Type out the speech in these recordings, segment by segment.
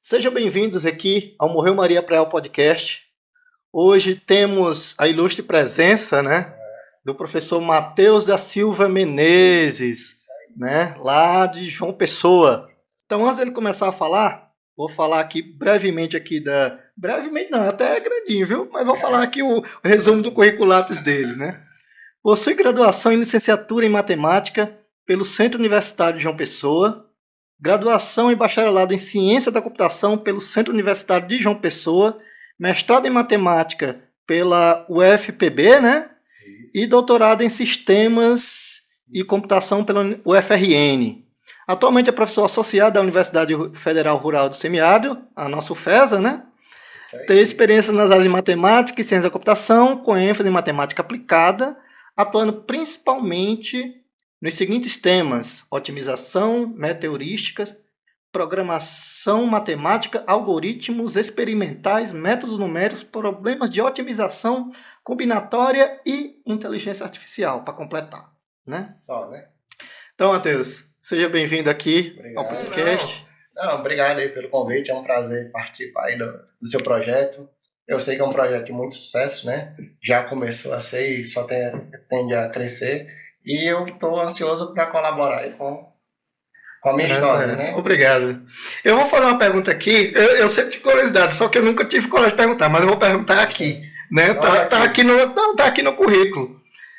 Sejam bem-vindos aqui ao Morreu Maria Preal Podcast. Hoje temos a ilustre presença, do professor Matheus da Silva Menezes, lá de João Pessoa. Então, antes dele começar a falar, vou falar aqui brevemente brevemente não, até é grandinho, viu? Mas vou falar aqui o resumo do curriculatus dele, Possui graduação em licenciatura em matemática pelo Centro Universitário de João Pessoa, graduação e bacharelado em Ciência da Computação pelo Centro Universitário de João Pessoa, mestrado em Matemática pela UFPB, e doutorado em Sistemas e Computação pela UFRN. Atualmente é professor associado da Universidade Federal Rural do Semiárido, a nossa UFESA, Tem experiência nas áreas de Matemática e Ciência da Computação, com ênfase em Matemática Aplicada, atuando principalmente nos seguintes temas: otimização, meteorísticas, programação matemática, algoritmos experimentais, métodos numéricos, problemas de otimização combinatória e inteligência artificial, para completar, Então, Matheus, seja bem-vindo aqui ao podcast. Obrigado aí pelo convite, é um prazer participar aí do seu projeto. Eu sei que é um projeto de muito sucesso, Já começou a ser e só tende a crescer. E eu estou ansioso para colaborar aí com a minha história, Obrigado. Eu vou fazer uma pergunta aqui, eu sempre tive curiosidade, só que eu nunca tive coragem de perguntar, mas eu vou perguntar aqui, Tá aqui no currículo.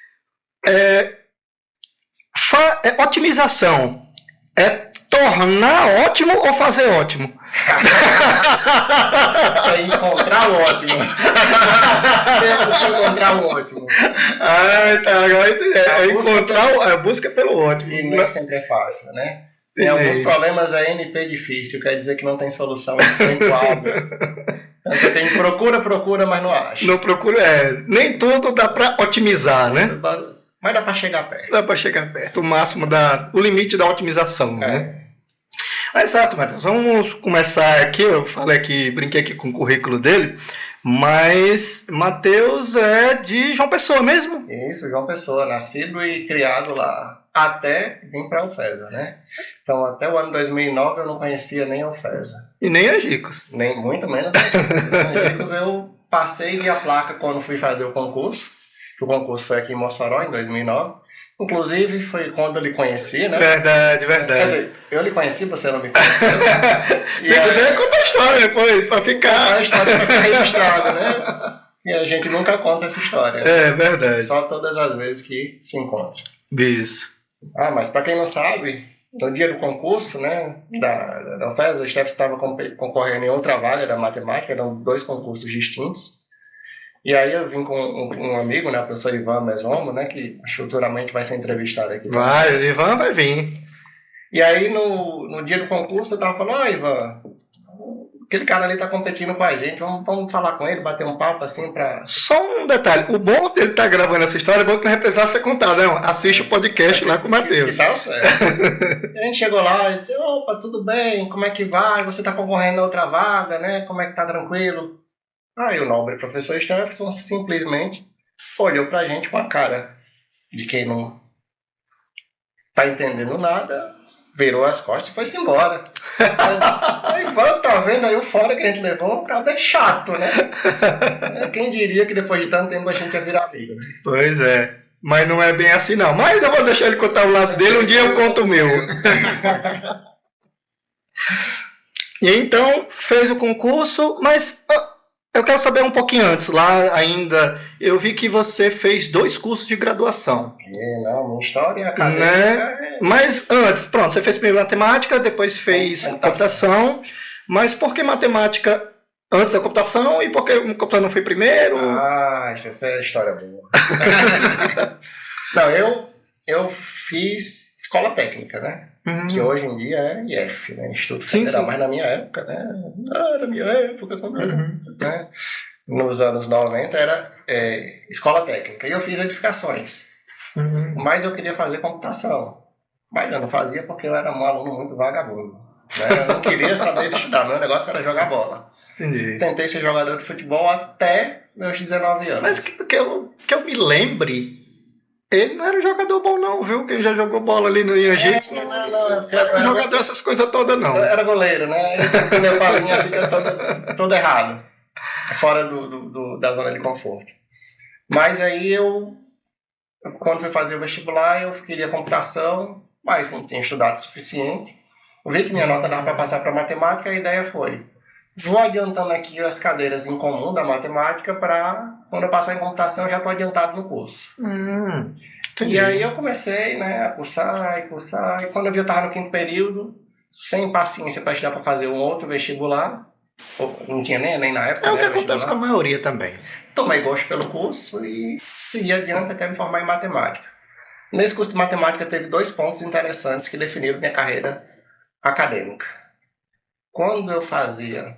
Otimização é tornar ótimo ou fazer ótimo? É encontrar o ótimo. Encontrar o ótimo. Agora entendi. A busca pelo ótimo. E nem sempre é fácil, Tem alguns problemas NP difícil, quer dizer que não tem solução em tempo hábil. Então você tem procura, mas não acha. Não procura, nem tudo dá para otimizar, Mas dá para chegar perto. Dá para chegar perto, o limite da otimização, Exato, Matheus. Vamos começar aqui. Eu brinquei aqui com o currículo dele, mas Matheus é de João Pessoa mesmo? Isso, João Pessoa, nascido e criado lá, até vir para a UFESA, Então, até o ano 2009 eu não conhecia nem a UFESA. E nem Angicos. Nem muito menos Angicos. Eu passei via placa quando fui fazer o concurso. O concurso foi aqui em Mossoró, em 2009. Inclusive, foi quando eu lhe conheci, Verdade. Quer dizer, eu lhe conheci, você não me conheceu. Se quiser, conta a história depois, para ficar. A história para ficar registrada, E a gente nunca conta essa história. É verdade. Só todas as vezes que se encontra. Isso. Mas para quem não sabe, no dia do concurso, da UFESA, a Steph estava concorrendo em outra vaga da matemática, eram 2 concursos distintos. E aí eu vim com um amigo, o professor Ivan Mesomo, que futuramente vai ser entrevistado aqui. Vai, o Ivan vai vir. E aí no dia do concurso eu tava falando, Ivan, aquele cara ali tá competindo com a gente, vamos falar com ele, bater um papo assim pra... Só um detalhe, o bom dele estar gravando essa história é bom que não vai precisar ser contado, Assiste o podcast lá com o Matheus. Que tá certo. E a gente chegou lá e disse, opa, tudo bem, como é que vai? Você tá concorrendo a outra vaga, Como é que tá, tranquilo? Aí o nobre professor Stephenson simplesmente olhou pra gente com a cara de quem não tá entendendo nada, virou as costas e foi-se embora. Aí tá vendo aí o fora que a gente levou, o cara é chato, Quem diria que depois de tanto tempo a gente ia virar amigo, Pois é, mas não é bem assim não. Mas eu vou deixar ele contar o lado dele, um dia eu conto o meu. E então, fez o concurso, mas... Eu quero saber um pouquinho antes, lá ainda, eu vi que você fez 2 cursos de graduação. Uma história acadêmica. Mas antes, pronto, você fez primeiro matemática, depois fez computação, mas por que matemática antes da computação e por que o computador não foi primeiro? Essa é a história boa. Não, eu fiz escola técnica, que hoje em dia é IF, Instituto Federal, sim. Mas na minha época, quando nos anos 90 era escola técnica, e eu fiz edificações, mas eu queria fazer computação, mas eu não fazia porque eu era um aluno muito vagabundo, eu não queria saber de estudar, meu negócio era jogar bola. Entendi. Tentei ser jogador de futebol até meus 19 anos. Mas que eu me lembre, Ele não era um jogador bom não, viu? Quem já jogou bola ali no Jiu-Jitsu. Não, Era um jogador essas coisas todas não. Eu era goleiro, né? A minha palinha fica todo errado. Fora da zona de conforto. Mas aí quando fui fazer o vestibular, eu queria computação, mas não tinha estudado o suficiente. Eu vi que minha nota dava para passar para matemática, a ideia foi, vou adiantando aqui as cadeiras em comum da matemática para, quando eu passar em computação, eu já estou adiantado no curso. E aí eu comecei, né, a cursar, e quando eu vi eu estava no 5º período, sem paciência para estudar para fazer um outro vestibular, não tinha nem na época. É o que acontece com a maioria também. Tomei gosto pelo curso e segui adiante até me formar em matemática. Nesse curso de matemática teve 2 pontos interessantes que definiram minha carreira acadêmica. Quando eu fazia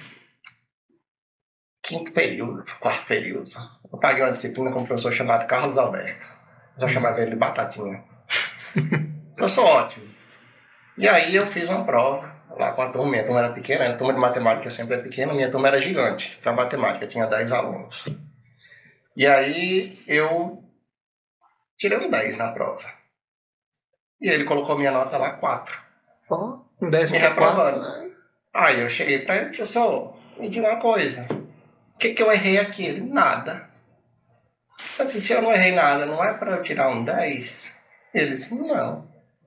5º período, 4º período, eu paguei uma disciplina com um professor chamado Carlos Alberto. Eu chamava ele de Batatinha. Professor ótimo. E aí eu fiz uma prova lá com a turma. Minha turma era pequena, a turma de matemática sempre é pequena, minha turma era gigante para matemática, tinha 10 alunos. E aí eu tirei um 10 na prova. E ele colocou minha nota lá 4. Um 10 me reprovando. Né? Aí eu cheguei para ele e disse, professor, me diga uma coisa. O que eu errei aqui? Ele, nada. Eu disse, se eu não errei nada, não é para eu tirar um 10? Ele disse, não.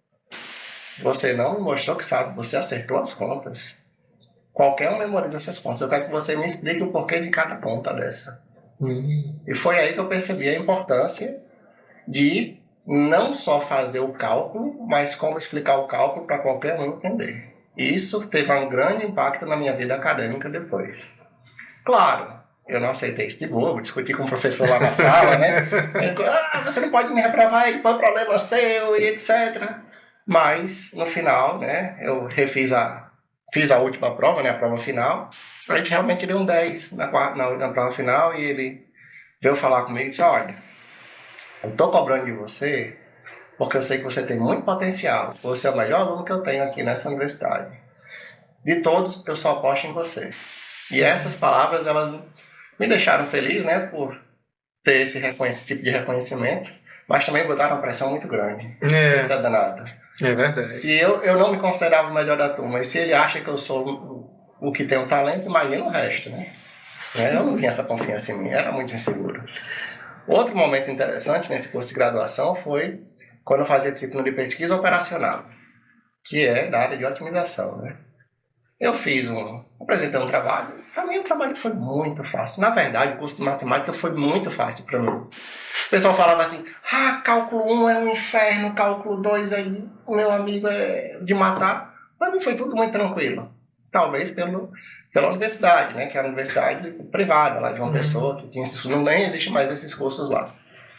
Você não me mostrou que sabe, você acertou as contas. Qualquer um memoriza essas contas. Eu quero que você me explique o porquê de cada conta dessa. E foi aí que eu percebi a importância de não só fazer o cálculo, mas como explicar o cálculo para qualquer um entender. E isso teve um grande impacto na minha vida acadêmica depois. Claro, eu não aceitei esse de bobo, discuti com o professor lá na sala, né? Ele, você não pode me reprovar, ele foi problema seu e etc. Mas, no final, né, eu fiz a última prova, né, a prova final. A gente realmente deu um 10 na prova final e ele veio falar comigo e disse, olha, eu estou cobrando de você porque eu sei que você tem muito potencial. Você é o melhor aluno que eu tenho aqui nessa universidade. De todos, eu só aposto em você. E essas palavras, elas me deixaram feliz, né, por ter esse tipo de reconhecimento, mas também botaram uma pressão muito grande. Não tá danado. É verdade. Se eu não me considerava o melhor da turma, e se ele acha que eu sou o que tem o talento, imagina o resto, né? Eu não tinha essa confiança em mim, era muito inseguro. Outro momento interessante nesse curso de graduação foi quando eu fazia disciplina de pesquisa operacional, que é da área de otimização, né? Eu apresentei um trabalho. Para mim o trabalho foi muito fácil. Na verdade, o curso de matemática foi muito fácil para mim. O pessoal falava assim, cálculo 1 é um inferno, cálculo 2 o meu amigo é de matar. Para mim foi tudo muito tranquilo. Talvez pela universidade, né? Que é a universidade privada lá de uma pessoa que tinha esses cursos. Nem existe mais esses cursos lá.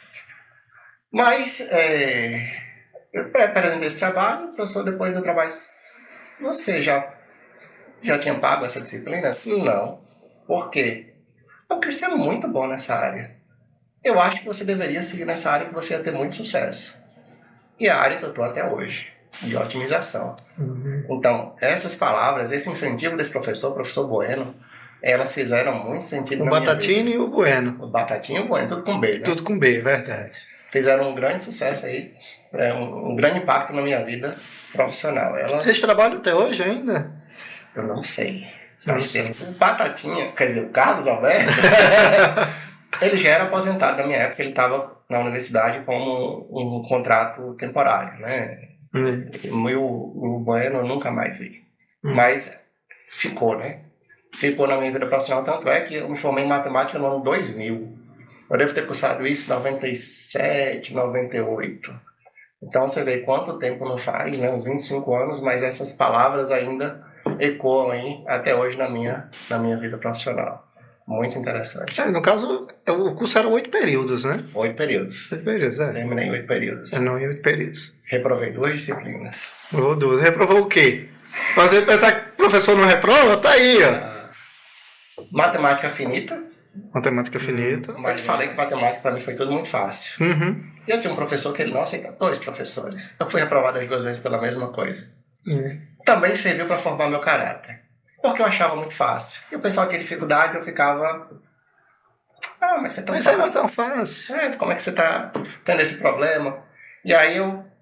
Mas eu apresentei esse trabalho, o professor depois do trabalho disse, você já tinha pago essa disciplina? Não. Por quê? Porque você é muito bom nessa área. Eu acho que você deveria seguir nessa área que você ia ter muito sucesso. E é a área que eu estou até hoje, de otimização. Então, essas palavras, esse incentivo desse professor, o professor Bueno, elas fizeram muito sentido na minha vida. O Batatinha e o Bueno. O Batatinha e o Bueno, tudo com B, né? Tudo com B, verdade. Fizeram um grande sucesso aí, um grande impacto na minha vida profissional. Vocês trabalham até hoje ainda? Eu não sei. O Batatinha, quer dizer, o Carlos Alberto, ele já era aposentado na minha época, ele estava na universidade como um contrato temporário, né? E o Bueno eu nunca mais vi. Mas ficou, né? Ficou na minha vida profissional, tanto é que eu me formei em matemática no ano 2000. Eu devo ter cursado isso em 97, 98. Então você vê quanto tempo não faz, né? Uns 25 anos, mas essas palavras ainda ecoam aí até hoje na minha vida profissional. Muito interessante. No caso, o curso eram 8 períodos, né? 8 períodos. 8 períodos, é. Terminei 8 períodos. Não, em 8 períodos. Reprovei 2 disciplinas. Reprovou o quê? Você pensar que o professor não reprova, tá aí, ó. Matemática finita. Matemática finita. Mas falei que matemática para mim foi tudo muito fácil. E eu tinha um professor que ele não aceita 2 professores. Eu fui reprovado as 2 vezes pela mesma coisa. Também serviu para formar meu caráter. Porque eu achava muito fácil. E o pessoal tinha dificuldade, eu ficava Ah, mas você é tão Mas fácil. é tão fácil. Como é que você tá tendo esse problema? E aí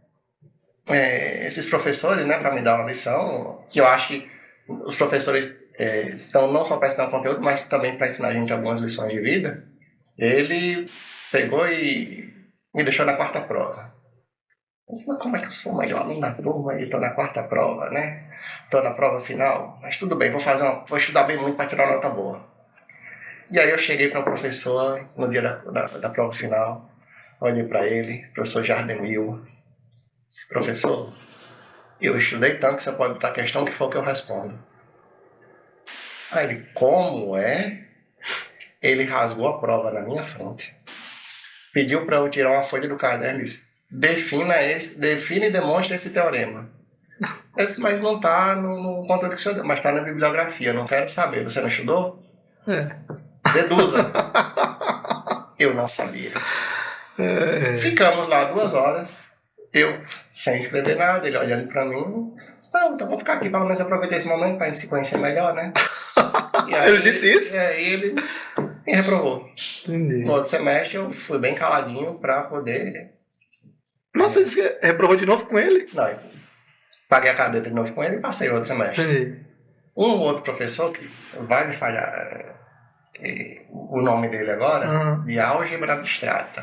esses professores, né, para me dar uma lição, que eu acho que os professores estão não só para ensinar o conteúdo, mas também para ensinar a gente algumas lições de vida, ele pegou e me deixou na quarta prova. Eu disse, mas como é que eu sou o melhor aluno da turma e tô na quarta prova, né? Tô na prova final, mas tudo bem, vou estudar bem muito para tirar uma nota boa. E aí eu cheguei para o professor no dia da prova final, olhei para ele, professor Jardemil, disse, professor, eu estudei tanto que você pode botar a questão que for que eu respondo. Aí ele, como é? Ele rasgou a prova na minha frente, pediu para eu tirar uma folha do caderno e disse, defina e demonstre esse teorema. Eu disse, mas não está no conteúdo que o senhor deu, mas está na bibliografia, não quero saber. Você não estudou? Deduza. Eu não sabia. Ficamos lá 2 horas, eu sem escrever nada, ele olhando para mim. Então vamos ficar aqui, pelo menos aproveitar esse momento para a gente se conhecer melhor, né? E aí, ele disse isso? Ele me reprovou. Entendi. No outro semestre eu fui bem caladinho para poder... Nossa, você disse que reprovou de novo com ele? Não, eu paguei a cadeira de novo com ele e passei o outro semestre. Entendi. Um outro professor, que vai me falhar o nome dele agora, de álgebra abstrata.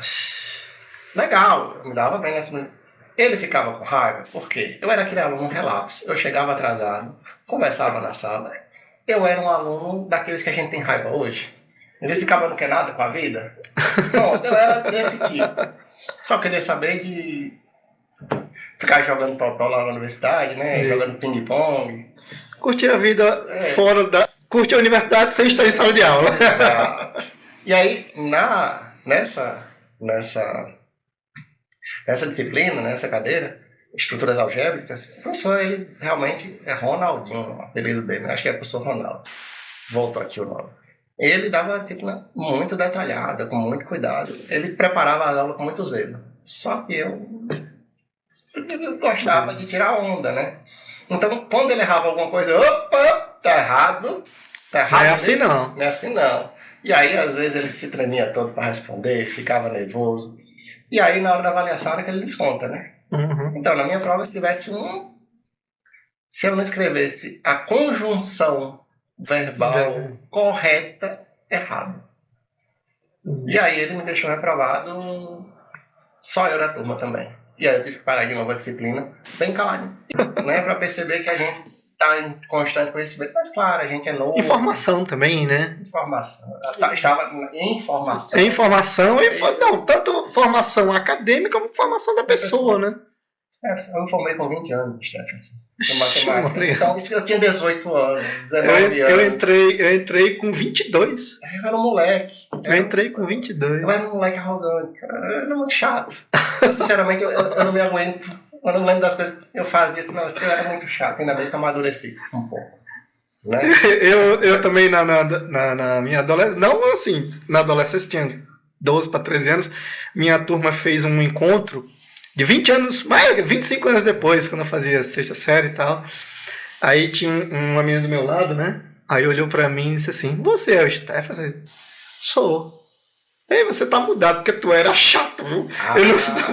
Legal, eu me dava bem nesse... Ele ficava com raiva, porque eu era aquele aluno relapso, eu chegava atrasado, conversava na sala, eu era um aluno daqueles que a gente tem raiva hoje. Às vezes ficava não quer nada com a vida. Pronto, eu era desse tipo. Só queria saber de ficar jogando totó lá na universidade, né? Jogando ping-pong. Curtir a vida fora da... Curtir a universidade sem estar em sala de aula. Exato. E aí, nessa disciplina, nessa cadeira, estruturas algébricas, o professor, ele realmente é Ronaldinho, o apelido dele, acho que é o professor Ronaldo. Voltou aqui o nome. Ele dava uma disciplina muito detalhada, com muito cuidado. Ele preparava a aula com muito zelo. Só que eu gostava de tirar onda, né? Então, quando ele errava alguma coisa, opa, tá errado. Não é assim não. Não é assim não. E aí, às vezes, ele se tremia todo para responder, ficava nervoso. E aí, na hora da avaliação, era que ele desconta, né? Então, na minha prova, se eu não escrevesse a conjunção verbal correta, errado. E aí, ele me deixou reprovado, só eu da turma também. E aí, eu tive que pagar de novo a disciplina, bem caladinho, né? Para perceber que a gente está em constante conhecimento. Mas, claro, a gente é novo. Informação também, né? Informação. Estava em informação. Informação não, tanto formação acadêmica como formação da pessoa, né? Eu me formei com 20 anos, Stephenson. Em matemática. Então, isso que eu tinha 18 anos, 19 anos. Eu entrei com 22. Eu era um moleque. Eu entrei com 22. Eu era um moleque arrogante, cara. Eu era muito chato. Sinceramente, eu não me aguento. Eu não lembro das coisas que eu fazia. Assim, não, eu era muito chato. Ainda bem que eu amadureci um pouco. Né? Eu também, na minha adolescência... Não assim, na adolescência tinha 12 para 13 anos. Minha turma fez um encontro de 20 anos, mais 25 anos depois, quando eu fazia 6ª série e tal. Aí tinha uma menina do meu lado, né? Aí olhou pra mim e disse assim, você é o Stephenson? Sou. Ei, você tá mudado, porque tu era chato, viu? Eu não sou...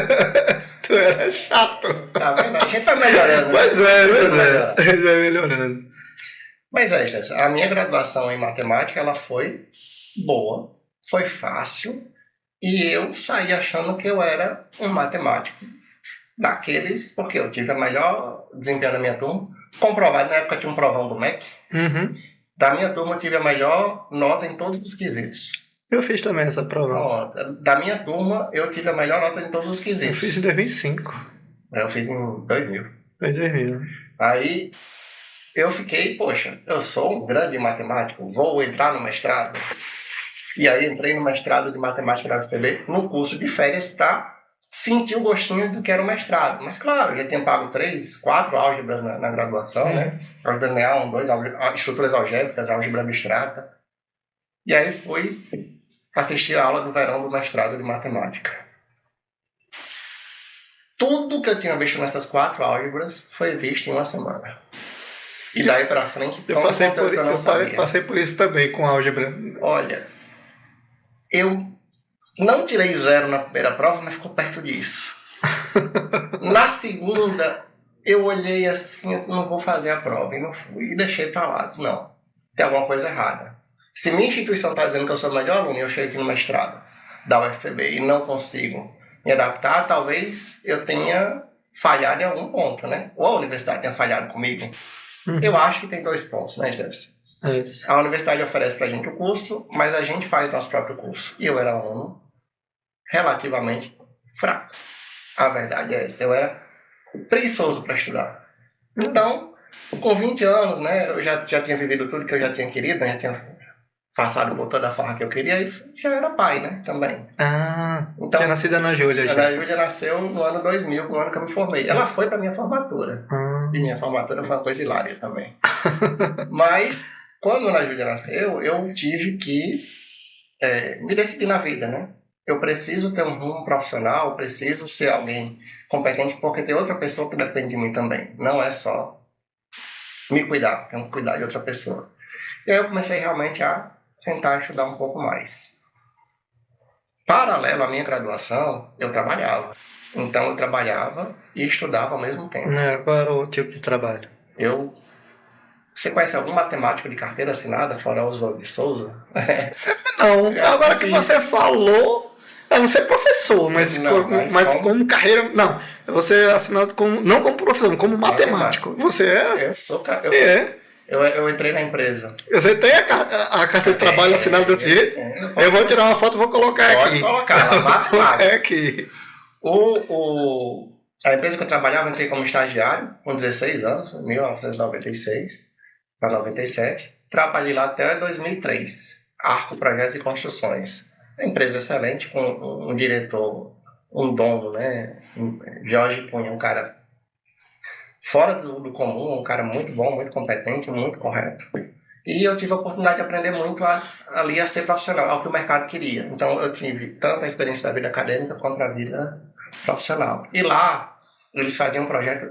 Tu era chato. Tá vendo? A gente vai melhorando. Pois é. A gente vai melhorando. Mas a minha graduação em matemática, ela foi boa, foi fácil. E eu saí achando que eu era um matemático daqueles, porque eu tive a melhor desempenho da minha turma. Comprovado, na época tinha um provão do MEC. Da minha turma eu tive a melhor nota em todos os quesitos. Eu fiz também essa prova. Da minha turma eu tive a melhor nota em todos os quesitos. Eu fiz em 2005. Eu fiz em 2000. Foi em 2000. Aí eu fiquei, poxa, eu sou um grande matemático, vou entrar no mestrado. E aí entrei no mestrado de matemática da UFPB no curso de férias para sentir o gostinho do que era o mestrado. Mas claro, já tinha pago 3, 4 álgebras na graduação, né? Álgebra linear, 2, estruturas algébricas, álgebra abstrata. E aí fui assistir a aula do verão do mestrado de matemática. Tudo que eu tinha visto nessas 4 álgebras foi visto em uma semana. E daí para frente, eu passei por isso também com álgebra. Olha, Eu não tirei 0 na primeira prova, mas ficou perto disso. Na segunda, eu olhei assim, não vou fazer a prova. E não fui, e deixei pra lá. Disse, não, tem alguma coisa errada. Se minha instituição está dizendo que eu sou o melhor aluno e eu chego aqui no mestrado da UFPB e não consigo me adaptar, talvez eu tenha falhado em algum ponto, né? Ou a universidade tenha falhado comigo. Eu acho que tem 2 pontos, né, Jefferson? A universidade oferece pra gente o curso, mas a gente faz nosso próprio curso. E eu era aluno relativamente fraco. A verdade é essa. Eu era preguiçoso para estudar. Então, com 20 anos, né, eu já tinha vivido tudo que eu já tinha querido, né, já tinha passado por toda a farra que eu queria, e já era pai, né, também. Então, tinha nascido a Ana Júlia já. A Ana Júlia nasceu no ano 2000, no ano que eu me formei. Ela foi para minha formatura. E minha formatura foi uma coisa hilária também. Mas, quando a Ana Júlia nasceu, eu tive que me decidir na vida, né? Eu preciso ter um rumo profissional, preciso ser alguém competente, porque tem outra pessoa que depende de mim também. Não é só me cuidar, tenho que cuidar de outra pessoa. E aí eu comecei realmente a tentar estudar um pouco mais. Paralelo à minha graduação, eu trabalhava. Então eu trabalhava e estudava ao mesmo tempo. Qual era o tipo de trabalho? Você conhece algum matemático de carteira assinada, fora Oswald de Souza? Não, agora que você falou, eu não sei professor, mas como carreira. Não, você é assinado não como professor, mas como matemático. Você é? Eu sou. Eu entrei na empresa. Você tem a carteira de trabalho assinada desse jeito? Eu vou tirar uma foto e vou colocar aqui. Pode colocar, matemática. Aqui. A empresa que eu trabalhava, eu entrei como estagiário com 16 anos, em 1996 para 97. Trabalhei lá até 2003. Arco Projetos e Construções. Uma empresa excelente, com um diretor, um dono, né? Jorge Cunha, um cara fora do comum, um cara muito bom, muito competente, muito correto. E eu tive a oportunidade de aprender muito ali a ser profissional, ao que o mercado queria. Então eu tive tanto a experiência da vida acadêmica quanto a vida profissional. E lá, eles faziam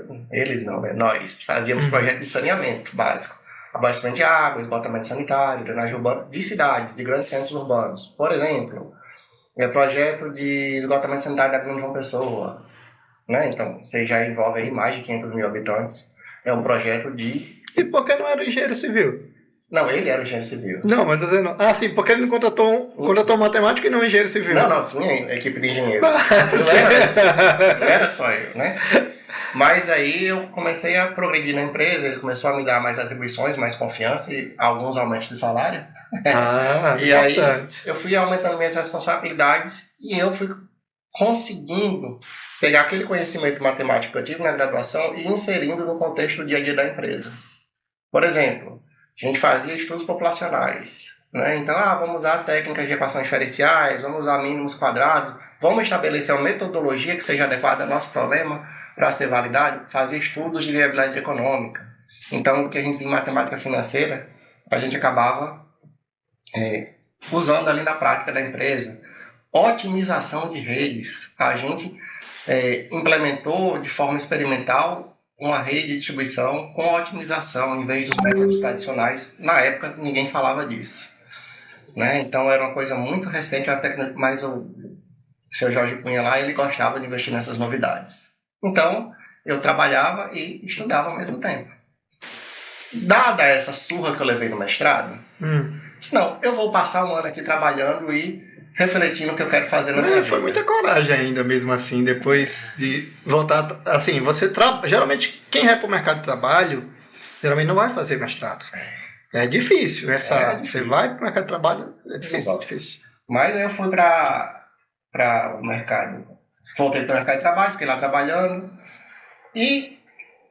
nós fazíamos projeto de saneamento básico. Abastecimento de água, esgotamento sanitário, drenagem urbana de cidades, de grandes centros urbanos. Por exemplo, projeto de esgotamento sanitário da Grande João Pessoa. Né? Então, você já envolve aí mais de 500 mil habitantes. É um projeto de... E por que não era engenheiro civil? Não, ele era engenheiro civil. Não, mas dizendo... sim, porque ele não contratou matemático e não engenheiro civil. Não, tinha equipe de engenheiros. Não era só eu, né? Mas aí eu comecei a progredir na empresa, ele começou a me dar mais atribuições, mais confiança e alguns aumentos de salário. E importante. Aí eu fui aumentando minhas responsabilidades e eu fui conseguindo pegar aquele conhecimento matemático que eu tive na graduação e inserindo no contexto do dia a dia da empresa. Por exemplo, a gente fazia estudos populacionais, né? Então, vamos usar técnicas de equações diferenciais, vamos usar mínimos quadrados, vamos estabelecer uma metodologia que seja adequada ao nosso problema para ser validado, fazer estudos de viabilidade econômica. Então, o que a gente viu em matemática financeira, a gente acabava usando ali na prática da empresa. Otimização de redes. A gente implementou de forma experimental uma rede de distribuição com otimização em vez dos métodos tradicionais. Na época, ninguém falava disso. Né? Então, era uma coisa muito recente, mas o seu Jorge Cunha lá, ele gostava de investir nessas novidades. Então, eu trabalhava e estudava ao mesmo tempo. Dada essa surra que eu levei no mestrado, disse, não, eu vou passar um ano aqui trabalhando e refletindo o que eu quero fazer na minha vida. Foi muita coragem ainda mesmo assim, depois de voltar, assim, geralmente quem vai para o mercado de trabalho, geralmente não vai fazer mestrado. É difícil, difícil. Você vai para o mercado de trabalho, é difícil. Mas aí eu fui para o mercado, voltei para o mercado de trabalho, fiquei lá trabalhando e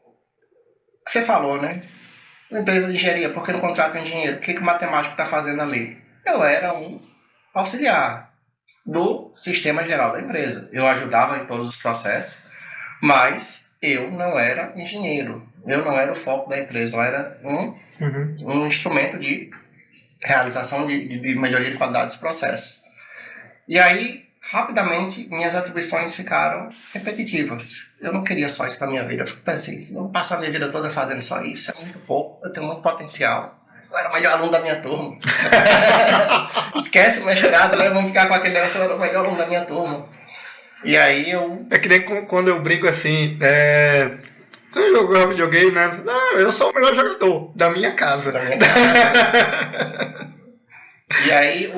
você falou, né? Uma empresa de engenharia, por que não contrata um engenheiro? O que o matemático está fazendo ali? Eu era um auxiliar do sistema geral da empresa. Eu ajudava em todos os processos, mas eu não era engenheiro. Eu não era o foco da empresa. Eu era um instrumento de realização de melhoria de qualidade dos processos. E aí, rapidamente, minhas atribuições ficaram repetitivas. Eu não queria só isso para minha vida. Eu fico pensando assim, se eu passar a minha vida toda fazendo só isso, é muito pouco. Eu tenho muito potencial. Eu era o melhor aluno da minha turma. Esquece o mestrado, né? Vamos ficar com aquele negócio, eu era o melhor aluno da minha turma. E aí eu... É que nem quando eu brinco assim, eu jogava videogame, né? Não, eu sou o melhor jogador da minha casa. Da minha casa. E aí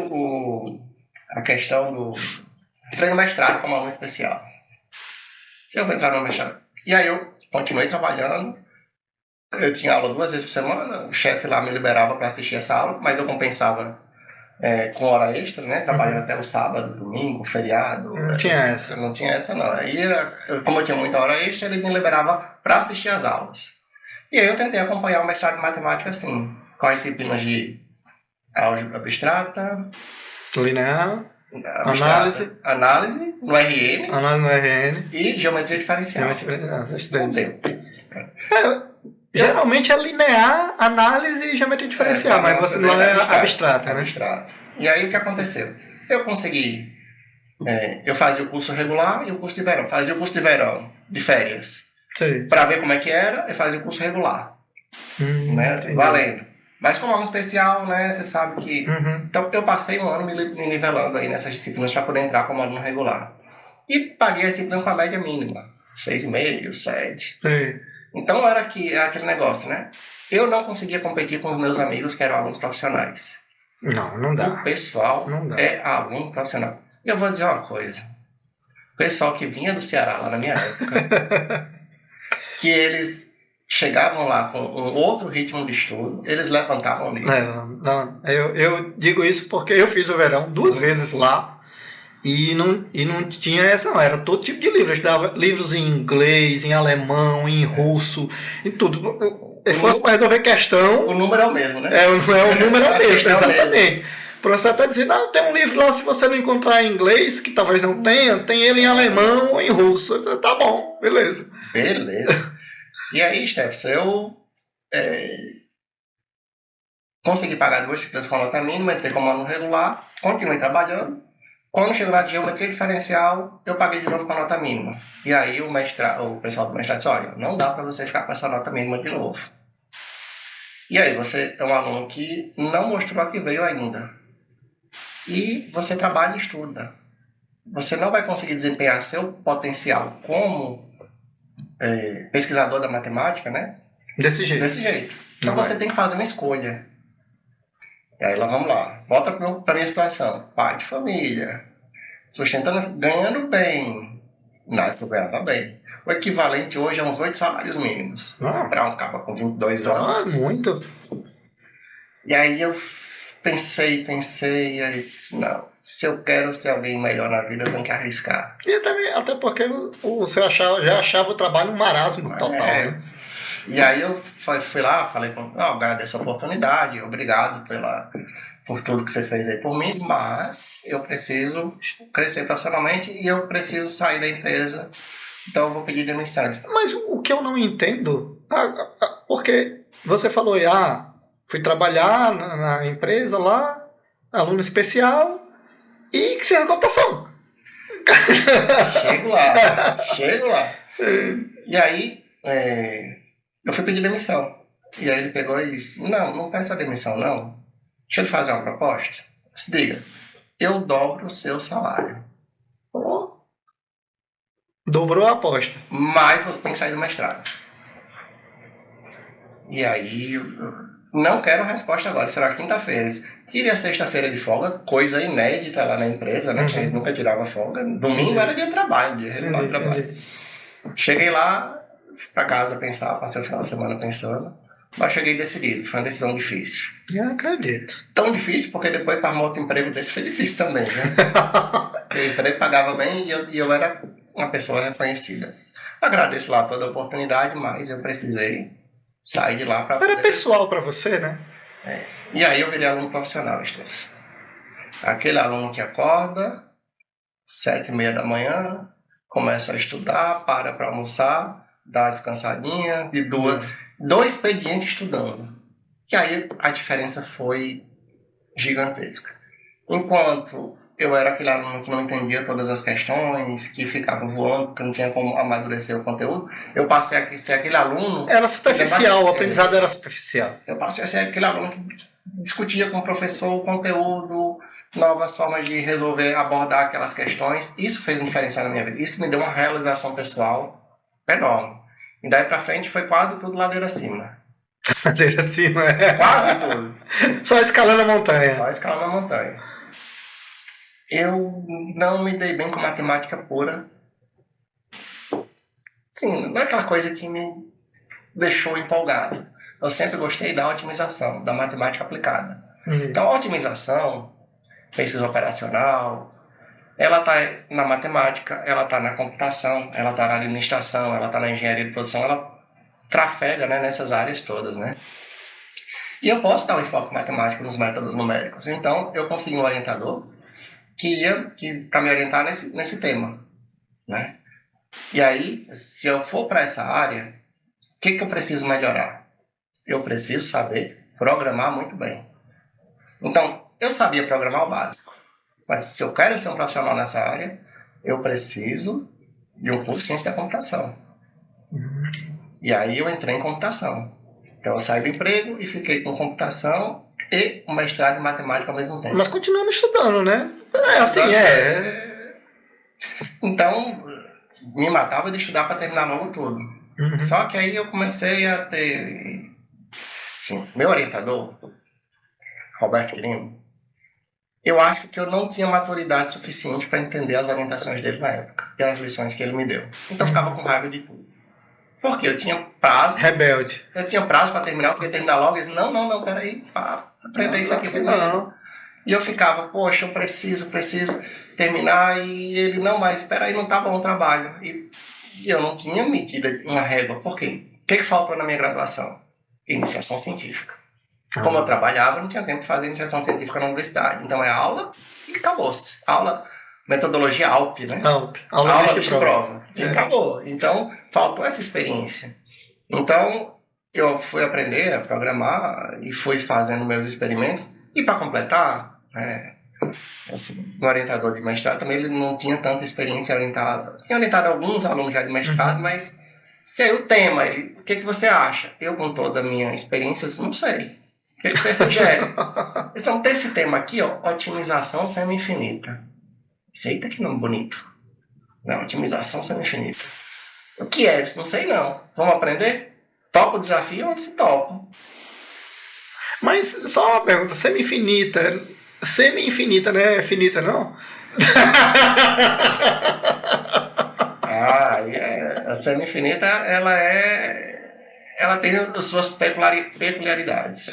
a questão do... Entrei no mestrado como aluno especial. Se eu vou entrar no mestrado... E aí eu continuei trabalhando. Eu tinha aula 2 vezes por semana. O chefe lá me liberava para assistir essa aula, mas eu compensava com hora extra, né? Trabalhando até o sábado, domingo, feriado. Não tinha essa. Não tinha essa, não. Aí, como eu tinha muita hora extra, ele me liberava para assistir as aulas. E aí eu tentei acompanhar o mestrado de matemática assim, com as disciplinas de álgebra abstrata, linear, análise no RN, análise no RN e geometria diferencial. Esses três. Geralmente é linear, análise e geometria diferencial, mas você não é abstrata, né? Abstrata. E aí o que aconteceu? Eu consegui... eu fazia o curso regular e o curso de verão. Fazia o curso de verão, de férias. Para ver como é que era, eu fazia o curso regular. Né? Valendo. Mas como aluno especial, né, você sabe que... Então eu passei um ano me nivelando aí nessas disciplinas para poder entrar como aluno regular. E paguei a disciplina com a média mínima. 6,5, 7. Sim. Então era aquele negócio, né? Eu não conseguia competir com os meus amigos que eram alunos profissionais. Não dá. O pessoal é aluno profissional. E eu vou dizer uma coisa. O pessoal que vinha do Ceará lá na minha época, que eles chegavam lá com um outro ritmo de estudo, eles levantavam o nível. Eu digo isso porque eu fiz o verão 2 vezes lá. E não tinha essa, não. Era todo tipo de livro. Eu estudava livros em inglês, em alemão, em russo, em tudo. Se fosse para resolver questão... O número é o mesmo, né? O número é o mesmo, exatamente. O professor está dizendo, tem um livro lá, se você não encontrar em inglês, que talvez não tenha, tem ele em alemão ou em russo. Tá bom, beleza. Beleza. E aí, Steph, eu consegui pagar 2 disciplinas com a nota mínima, entrei como aluno regular, continuei trabalhando. Quando chegou na geometria diferencial, eu paguei de novo com a nota mínima. E aí o pessoal do mestrado disse, olha, não dá para você ficar com essa nota mínima de novo. E aí você é um aluno que não mostrou a que veio ainda. E você trabalha e estuda. Você não vai conseguir desempenhar seu potencial como pesquisador da matemática, né? Desse jeito. Então você tem que fazer uma escolha. E aí, vamos lá. Volta para a minha situação. Pai de família. Sustentando, ganhando bem. Na época eu ganhava bem. O equivalente hoje é uns 8 salários mínimos. Para um cabo com 22 anos. Muito. E aí eu pensei, e aí disse, não. Se eu quero ser alguém melhor na vida, eu tenho que arriscar. E também, até porque você já achava o trabalho um marasmo total, né? E aí eu fui lá, falei, agradeço a oportunidade, obrigado por tudo que você fez aí por mim, mas eu preciso crescer profissionalmente e eu preciso sair da empresa, então eu vou pedir demissão. Mas o que eu não entendo, porque você falou, fui trabalhar na empresa lá, aluno especial, e que sem a computação. Chego lá. E aí... eu fui pedir demissão. E aí ele pegou e disse, não peça demissão, não. Deixa eu lhe fazer uma proposta. Se diga, eu dobro o seu salário. Dobrou a aposta. Mas você tem que sair do mestrado. E aí, não quero resposta agora, será quinta-feira. Tire a sexta-feira de folga, coisa inédita lá na empresa, né? Ele nunca tirava folga. Domingo era dia de trabalho, dia regular de trabalho. Cheguei lá, para casa pensar, passei o final de semana pensando, mas cheguei decidido, foi uma decisão difícil. Eu acredito. Tão difícil, porque depois para arrumar outro emprego desse foi difícil também, né? O emprego pagava bem e eu era uma pessoa reconhecida. Agradeço lá toda a oportunidade, mas eu precisei sair de lá para... Era pessoal para você, né? E aí eu virei aluno profissional, Esteves. Aquele aluno que acorda 7h30 da manhã, começa a estudar, para almoçar, dá uma descansadinha, de 2 expedientes estudando. E aí a diferença foi gigantesca. Enquanto eu era aquele aluno que não entendia todas as questões, que ficava voando, porque não tinha como amadurecer o conteúdo. Eu passei a ser aquele aluno... Era superficial, o aprendizado era superficial. Eu passei a ser aquele aluno que discutia com o professor o conteúdo, novas formas de resolver, abordar aquelas questões. Isso fez um diferencial na minha vida. Isso me deu uma realização pessoal enorme. E daí pra frente foi quase tudo ladeira acima. Ladeira acima, é. Quase tudo. Só escalando a montanha. Só escalando a montanha. Eu não me dei bem com matemática pura. Sim, não é aquela coisa que me deixou empolgado. Eu sempre gostei da otimização, da matemática aplicada. Então, a otimização, pesquisa operacional, ela está na matemática, ela está na computação, ela está na administração, ela está na engenharia de produção, ela trafega, né, nessas áreas todas, né? E eu posso dar um enfoque matemático nos métodos numéricos. Então, eu consegui um orientador para me orientar nesse tema, né? E aí, se eu for para essa área, o que eu preciso melhorar? Eu preciso saber programar muito bem. Então, eu sabia programar o básico, mas se eu quero ser um profissional nessa área, eu preciso de um curso de ciência da computação. E aí eu entrei em computação. Então eu saí do emprego e fiquei com computação e um mestrado em matemática ao mesmo tempo. Mas continuando estudando, né? Então, me matava de estudar para terminar logo tudo. Só que aí eu comecei a ter... Assim, meu orientador, Roberto Quirino, eu acho que eu não tinha maturidade suficiente para entender as orientações dele na época e as lições que ele me deu. Então eu ficava com raiva de tudo. Porque eu tinha prazo. Rebelde. Eu tinha prazo para terminar, eu queria terminar logo. Eles, não, peraí, aprender isso aqui primeiro. E eu ficava, poxa, eu preciso terminar. E ele, não, mas espera aí, não tá bom o trabalho. E eu não tinha medida uma régua. Por quê? O que faltou na minha graduação? Iniciação científica. Como eu trabalhava, eu não tinha tempo de fazer iniciação científica na universidade. Então é aula e acabou-se. Aula, metodologia ALP, né? Aula de prova. E acabou. Então, faltou essa experiência. Então, eu fui aprender a programar e fui fazendo meus experimentos. E para completar, assim, no orientador de mestrado também ele não tinha tanta experiência orientada. Tinha orientado alguns alunos já de mestrado, mas se aí o tema, o que você acha? Eu, com toda a minha experiência, eu não sei. O que você sugere? Eles vão ter esse tema aqui, ó, otimização semi-infinita. Isso aí tá que nome bonito. Não, otimização semi-infinita. O que é isso? Não sei não. Vamos aprender? Topa o desafio ou se topa? Mas só uma pergunta, semi-infinita. Semi-infinita, não é finita, não? A semi-infinita, ela tem as suas peculiaridades.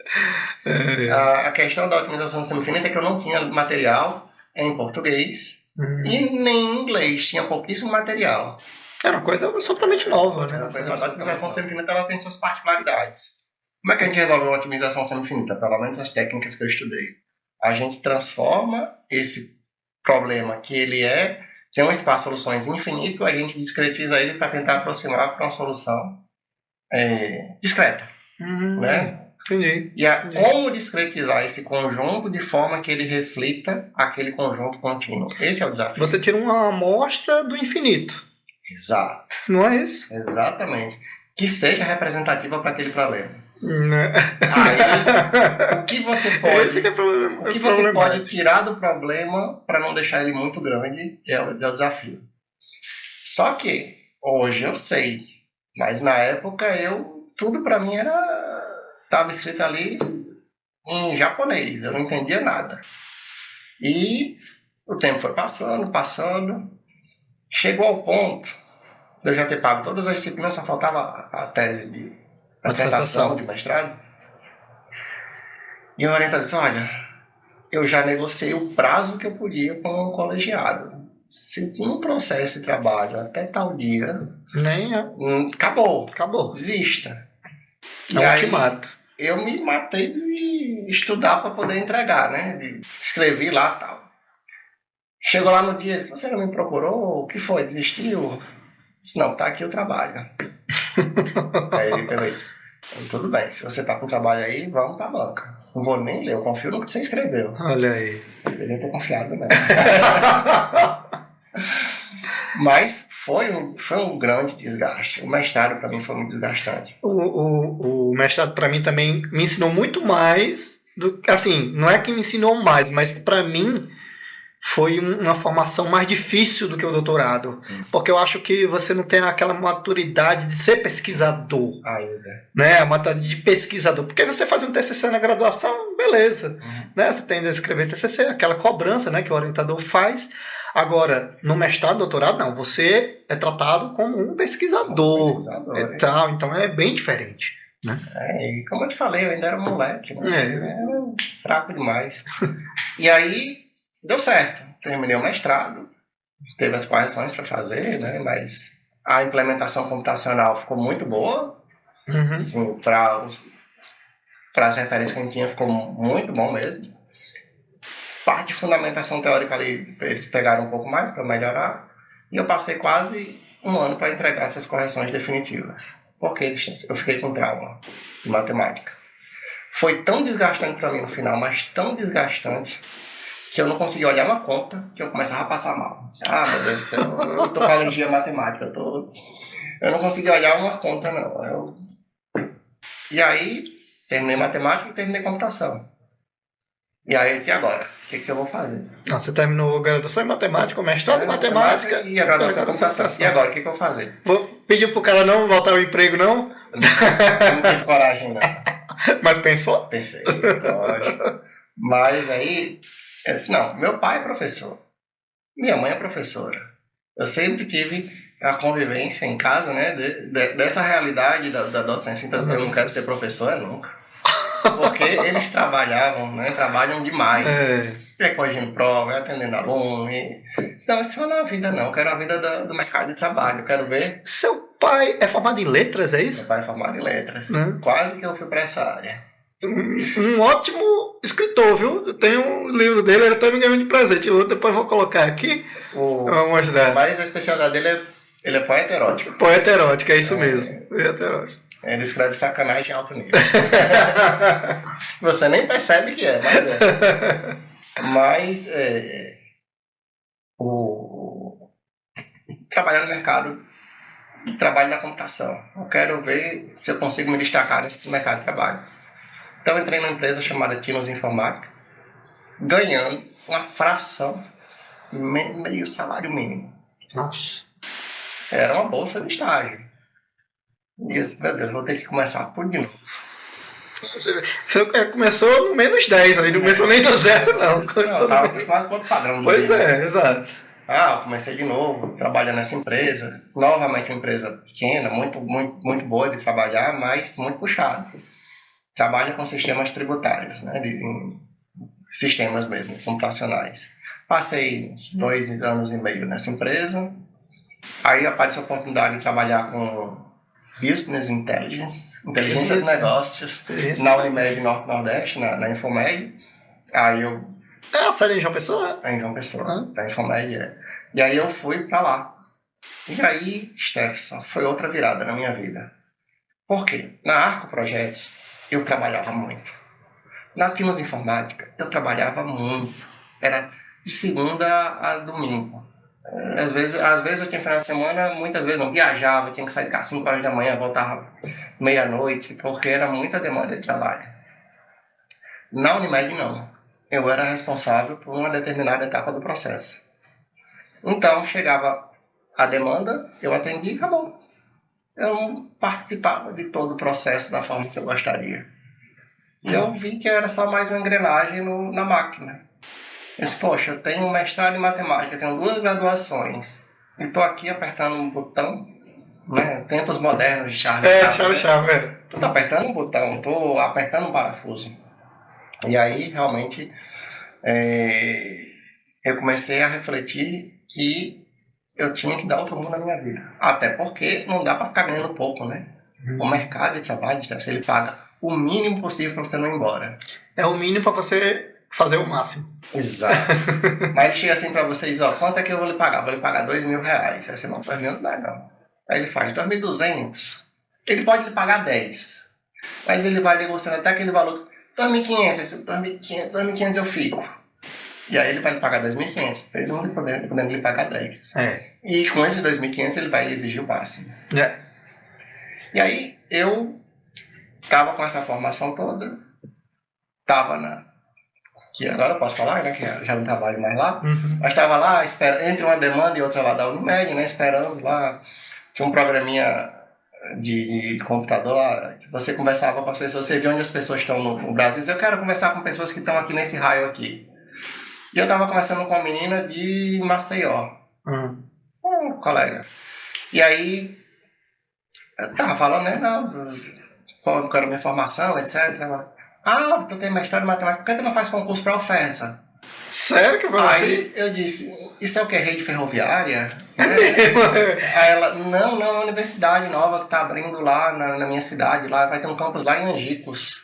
A questão da otimização semi-infinita é que eu não tinha material em português e nem em inglês, tinha pouquíssimo material. Era uma coisa absolutamente nova, né? A otimização semi-infinita ela tem suas particularidades. Como é que a gente resolve uma otimização semi-infinita? Pelo menos as técnicas que eu estudei. A gente transforma esse problema que ele tem um espaço de soluções infinito, a gente discretiza ele para tentar aproximar para uma solução discreta. Né? Entendi. E como discretizar esse conjunto de forma que ele reflita aquele conjunto contínuo. Esse é o desafio. Você tira uma amostra do infinito. Exato. Não é isso? Exatamente. Que seja representativa para aquele problema. Né? Aí, o que você pode, pode tirar do problema para não deixar ele muito grande é o desafio. Só que hoje eu sei, mas na época tudo para mim estava escrito ali em japonês, eu não entendia nada. E o tempo foi passando, chegou ao ponto de eu já ter pago todas as disciplinas, só faltava a tese de a dissertação de mestrado. E o orientador disse, olha, eu já negociei o prazo que eu podia com um colegiado. Se não trouxer esse trabalho até tal dia, acabou. Desista. É um ultimato. Eu me matei de estudar para poder entregar, né? Escrevi lá e tal. Chegou lá no dia, disse, você não me procurou? O que foi? Desistiu? Disse, não, tá aqui o trabalho. Aí ele pegou isso. Tudo bem, se você tá com trabalho aí, vamos pra banca. Não vou nem ler, eu confio no que você escreveu. Olha aí. Deveria ter confiado mesmo. Mas foi um grande desgaste. O mestrado para mim foi muito desgastante. O mestrado para mim também me ensinou muito mais assim, não é que me ensinou mais, mas para mim foi uma formação mais difícil do que o doutorado, porque eu acho que você não tem aquela maturidade de ser pesquisador, ainda, né? A maturidade de pesquisador, porque você faz um TCC na graduação, beleza, né? Você tem de escrever TCC, aquela cobrança, né, que o orientador faz. Agora, no mestrado, doutorado, não, você é tratado como um pesquisador, tal, então é bem diferente, né? E como eu te falei, eu ainda era moleque, né? Eu era fraco demais. E aí deu certo, terminei o mestrado, teve as correções para fazer, né? Mas a implementação computacional ficou muito boa, assim, para as referências que a gente tinha, ficou muito bom mesmo. Parte de fundamentação teórica ali, eles pegaram um pouco mais para melhorar, e eu passei quase um ano para entregar essas correções definitivas. Porque eu fiquei com trauma de matemática. Foi tão desgastante para mim no final, mas tão desgastante, que eu não conseguia olhar uma conta, que eu começava a passar mal. Meu Deus do céu, eu tô com alergia à matemática, eu não conseguia olhar uma conta, não. E aí, terminei matemática e terminei computação. E aí, eu disse, e agora? O que eu vou fazer? Não, você terminou a graduação em matemática, o mestrado em matemática e a graduação em computação. E agora, o que eu vou fazer? Vou pedir pro cara não voltar ao emprego, não? Eu não tive coragem, não. Mas pensou? Pensei, lógico. Mas aí, eu disse, não, meu pai é professor. Minha mãe é professora. Eu sempre tive a convivência em casa, né, dessa realidade da docência. Então, eu não quero ser professor nunca. Porque eles trabalham demais. É corrigindo prova, é atendendo aluno. Não, isso não é uma vida, não. Eu quero a vida do mercado de trabalho. Eu quero ver. Seu pai é formado em letras, é isso? Meu pai é formado em letras. Quase que eu fui para essa área. Um ótimo escritor, viu? Eu tenho um livro dele, ele até me ganhou de presente. Eu depois vou colocar aqui. Vamos mostrar. Mas a especialidade dele ele é poeta erótico. Poeta erótico, é isso mesmo. Poeta erótico. Ele escreve sacanagem em alto nível. Você nem percebe que é, mas trabalhar no mercado, trabalho na computação. Eu quero ver se eu consigo me destacar nesse mercado de trabalho. Então, eu entrei numa empresa chamada Tinos Informática, ganhando uma fração, meio salário mínimo. Nossa. Era uma bolsa de estágio. E disse, meu Deus, vou ter que começar tudo de novo. Você começou no menos 10, aí não começou nem do zero, não. Eu estava acostumado com outro padrão. Pois é, exato. Eu comecei de novo, trabalhando nessa empresa. Novamente uma empresa pequena, muito, muito, muito boa de trabalhar, mas muito puxada. Trabalha com sistemas tributários, né? Sistemas mesmo, computacionais. Passei uns 2 anos e meio nessa empresa. Aí apareceu a oportunidade de trabalhar com Business Intelligence, inteligência de negócios, na Unimed Norte-Nordeste, na Infomed. Aí eu... a sede em João Pessoa? Em João Pessoa, da Infomed, E aí eu fui pra lá. E aí, Stefson, foi outra virada na minha vida. Por quê? Na Arco Projetos, eu trabalhava muito. Na Tinos Informática, eu trabalhava muito. Era de segunda a domingo. Às vezes eu tinha final de semana, muitas vezes não viajava, tinha que sair de casa 5 horas da manhã, voltava meia-noite, porque era muita demanda de trabalho. Na Unimed, não. Eu era responsável por uma determinada etapa do processo. Então, chegava a demanda, eu atendia e acabou. Eu não participava de todo o processo da forma que eu gostaria. E eu vi que era só mais uma engrenagem na máquina. Eu disse, poxa, eu tenho um mestrado em matemática, tenho 2 graduações, e estou aqui apertando um botão, né? Tempos modernos de Charles Chaplin. Tu tá apertando um botão, estou apertando um parafuso. E aí, realmente, eu comecei a refletir que eu tinha que dar outro rumo na minha vida. Até porque não dá para ficar ganhando pouco, né? O mercado de trabalho, se ele paga o mínimo possível para você não ir embora. É o mínimo para você fazer o máximo. Exato. Mas ele chega assim pra vocês, quanto é que eu vou lhe pagar? Vou lhe pagar R$2.000. Aí você não, R$2.000 não dá, não. Aí ele faz 2.200. Ele pode lhe pagar 10. Mas ele vai negociando até aquele valor, 2.500, 2.500 eu fico. E aí ele vai lhe pagar 2.500, fez um podendo lhe pagar 10. E com esses 2.500 ele vai lhe exigir o máximo. E aí eu tava com essa formação toda, que agora eu posso falar, né, que já não trabalho mais lá, mas estava lá, entre uma demanda e outra lá da Unimed, né, esperando lá, tinha um programinha de computador lá, que você conversava com as pessoas, você via onde as pessoas estão no Brasil, eu quero conversar com pessoas que estão aqui nesse raio aqui. E eu estava conversando com uma menina de Maceió, um colega. E aí, eu tava falando, né, qual era a minha formação, etc. Tu tem mestrado em matemática, por que tu não faz concurso para a UFESA? Sério que foi assim? Aí eu disse, isso é o que? Rede ferroviária? Aí ela, não, é uma universidade nova que está abrindo lá na minha cidade, lá vai ter um campus lá em Angicos.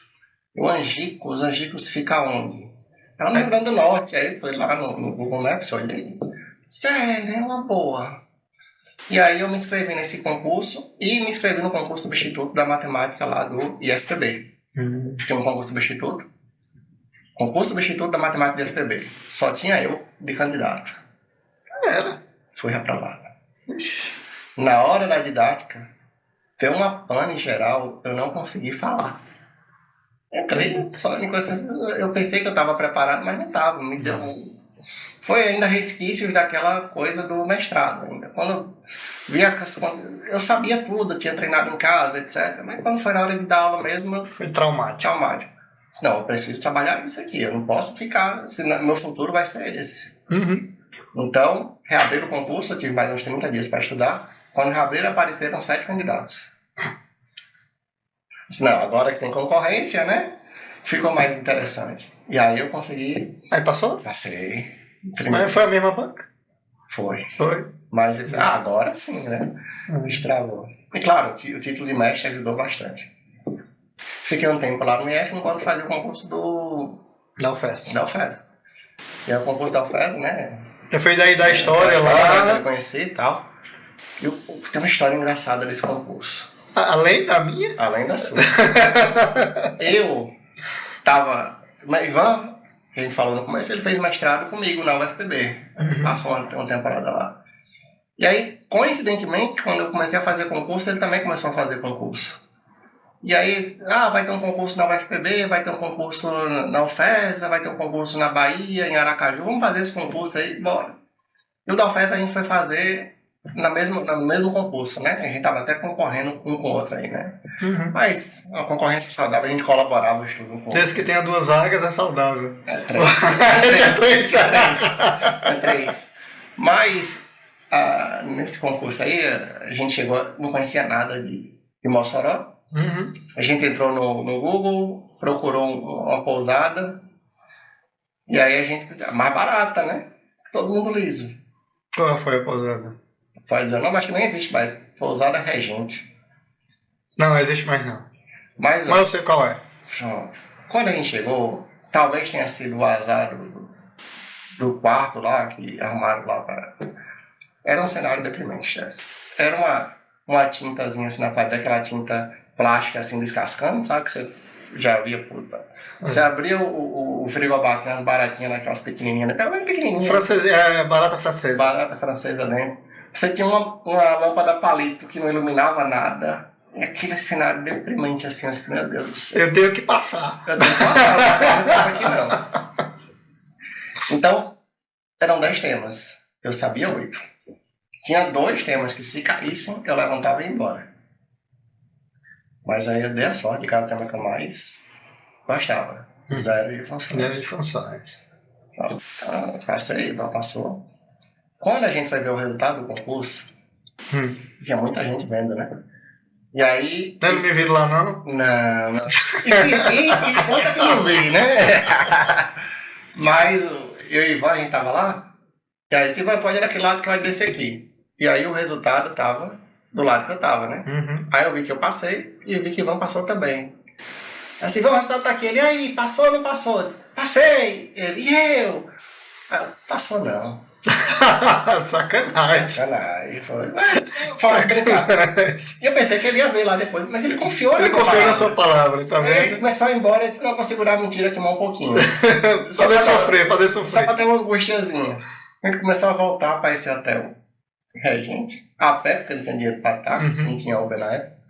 Angicos fica onde? Ela no Rio Grande do Norte. Aí foi lá no Google Maps, eu olhei. Sério, é uma boa. E aí eu me inscrevi nesse concurso e me inscrevi no concurso substituto da matemática lá do IFPB. Tinha um concurso substituto. Concurso substituto da matemática do IFPB. Só tinha eu de candidato. Fui reprovado. Na hora da didática, deu uma pane geral, eu não consegui falar. Entrei só em coisas. Eu pensei que eu estava preparado, mas não estava. Me deu Foi ainda resquícios daquela coisa do mestrado ainda. Quando eu via eu sabia tudo, eu tinha treinado em casa, etc. Mas quando foi na hora de dar aula mesmo, foi traumático. Não, eu preciso trabalhar isso aqui. Eu não posso ficar, senão meu futuro vai ser esse. Então, reabrir o concurso, eu tive mais uns 30 dias para estudar. Quando reabrir, apareceram 7 candidatos. Disse, não, agora que tem concorrência, né? Ficou mais interessante. E aí eu consegui... Aí passou? Passei. Mas foi a mesma banca? Foi. Mas eu disse, agora sim, né? Estragou. E claro, o título de mestre ajudou bastante. Fiquei um tempo lá no IF enquanto fazia o concurso da UFES. E aí o concurso da UFES, né? Eu fui daí da história lá. Eu conheci e tal. E tem uma história engraçada desse concurso. Além da minha? Além da sua. Eu tava... Mas Ivan, que a gente falou no começo, ele fez mestrado comigo na UFPB. Passou uma temporada lá. E aí, coincidentemente, quando eu comecei a fazer concurso, ele também começou a fazer concurso. E aí, vai ter um concurso na UFPB, vai ter um concurso na UFESA, vai ter um concurso na Bahia, em Aracaju. Vamos fazer esse concurso aí, bora. E o da UFESA a gente foi fazer no mesmo concurso, né? A gente tava até concorrendo um com o outro aí, né? Mas uma concorrência saudável, a gente colaborava o estudo um com o outro. Desde que tenha 2 vagas, é saudável. É 3. Mas nesse concurso aí, a gente chegou, não conhecia nada de Mossoró. A gente entrou no Google, procurou uma pousada, e aí a gente pensou, mais barata, né? Todo mundo liso. Qual foi a pousada? Pode dizer, não, acho que nem existe mais. Pousada Regente. Não existe mais não. Mas eu sei qual é. Pronto. Quando a gente chegou, talvez tenha sido o azar do quarto lá, que arrumaram lá para... Era um cenário deprimente, Jess. Era uma tintazinha assim na parede, aquela tinta plástica assim descascando, sabe? Que você já via por... Você abria o frigobar, tinha as baratinhas naquelas pequenininhas, né? Bem pequenininhas. Barata francesa. Barata francesa dentro. Você tinha uma lâmpada palito que não iluminava nada. E aquele cenário deprimente assim, meu Deus do céu. Eu tenho que passar. Eu não estava aqui não. Então, eram 10 temas. Eu sabia 8. Tinha 2 temas que se caíssem, eu levantava e ia embora. Mas aí eu dei a sorte de cada tema que eu mais gostava. 0 de funções. 0 de funções. Então, passei, passou. Quando a gente foi ver o resultado do concurso, tinha muita gente vendo, né? E aí... Não me viram lá, não? Não. E conta que eu não vi, né? Mas eu e Ivan, a gente tava lá. E aí, se Ivan pode ir daquele lado que vai descer aqui. E aí o resultado tava do lado que eu tava, né? Aí eu vi que eu passei e eu vi que Ivan passou também. Assim, Ivan, o resultado tá aqui. Ele, aí, passou ou não passou? Passei! Ele, e eu? Passou não. Sacanagem. Sacanagem. Foi brincar. E eu pensei que ele ia ver lá depois, mas ele confiou na sua palavra, tá vendo? Aí ele começou a ir embora e disse, não, vou segurar a mentira aqui mais um pouquinho. fazer sofrer. Só pra ter uma angustiazinha. Ele começou a voltar para esse hotel Regente, a pé, porque não tinha dinheiro para táxi, não tinha Uber na época.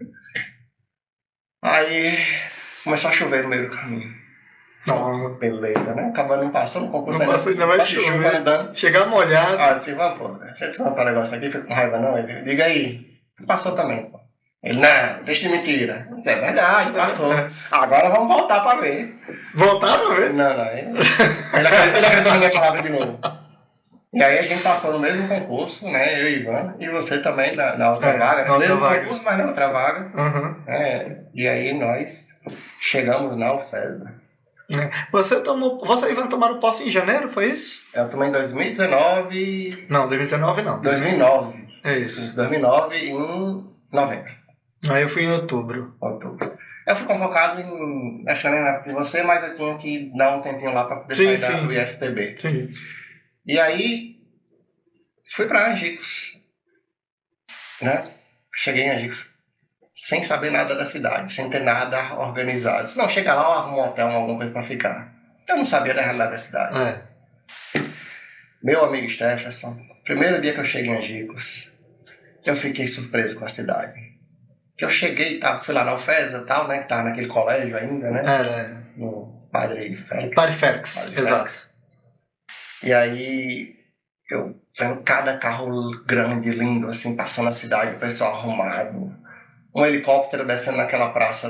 Aí começou a chover no meio do caminho. Só beleza, né? Acabou não passando, o concurso não passou, ainda vai chover. Andando. Chegar molhado. Ah, eu disse, vamos, pô, deixa eu te contar um negócio aqui, fico com raiva não. Ele, diga aí, passou também, pô. Ele, não, deixa de mentira. Isso é verdade, passou. Agora vamos voltar pra ver. Voltar pra ver? Não. Ele acreditou na minha palavra de novo. E aí a gente passou no mesmo concurso, né? Eu e Ivan, e você também na outra vaga. No mesmo concurso, mas na outra vaga. E aí nós chegamos na UFESA. Você e Ivan tomaram posse em janeiro, foi isso? Eu tomei em 2019. Não, 2019 não. 2009. É isso. 2009 em novembro. Aí eu fui em outubro. Eu fui convocado acho que na mesma época que você, mas eu tinha que dar um tempinho lá para poder sair do IFPB. Sim. E aí, fui para Angicos, né? Cheguei em Angicos sem saber nada da cidade, sem ter nada organizado. Se não, chega lá, eu arrumo um hotel, alguma coisa para ficar. Eu não sabia da realidade da cidade. Meu amigo Stefferson, primeiro dia que eu cheguei em Angicos, eu fiquei surpreso com a cidade. Que eu cheguei, fui lá na UFESA, tal, né? Que tava naquele colégio ainda, né? Era. No Padre Félix. Padre Félix, exato. E aí, eu vendo cada carro grande, lindo, assim, passando a cidade, o pessoal arrumado. Um helicóptero descendo naquela praça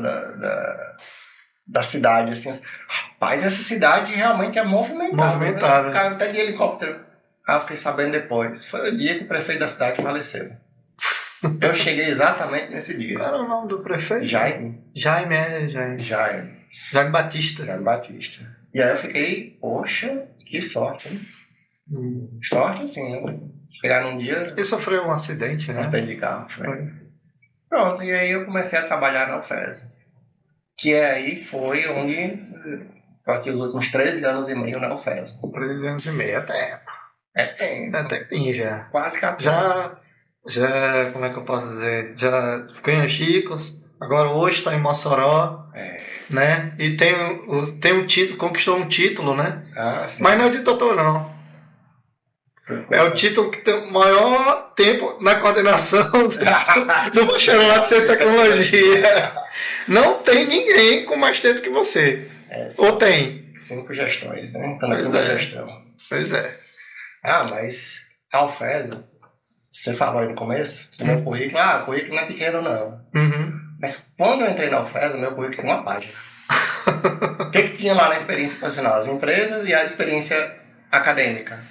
da cidade, assim. Rapaz, essa cidade realmente é movimentada. O cara até de helicóptero. Aí eu fiquei sabendo depois. Foi o dia que o prefeito da cidade faleceu. Eu cheguei exatamente nesse dia. Qual era o nome do prefeito? Jaime. Jaime Batista. E aí eu fiquei, poxa, que sorte, hein? Sorte, assim, né? Chegar num dia... Ele sofreu um acidente, né? Um acidente de carro, foi. Pronto, e aí eu comecei a trabalhar na UFESA. Que aí foi onde... Tô aqui os últimos 13 anos e meio na UFESA. 13 anos e meio, até. É tempo. É tempinho já. Quase 14. Já, como é que eu posso dizer? Já ficou em Angicos, agora hoje está em Mossoró, né? E tem um título, conquistou um título, né? Sim. Mas não é de doutor, não. É o título que tem o maior tempo na coordenação do bacharelado de Ciência e Tecnologia. Não tem ninguém com mais tempo que você. Ou tem? 5 gestões, né? Então na primeira gestão. Pois é. Mas a UFESA, você falou aí no começo, do meu currículo, o currículo não é pequeno não. Mas quando eu entrei na UFESA, o meu currículo tinha uma página. O que tinha lá na experiência profissional? As empresas e a experiência acadêmica.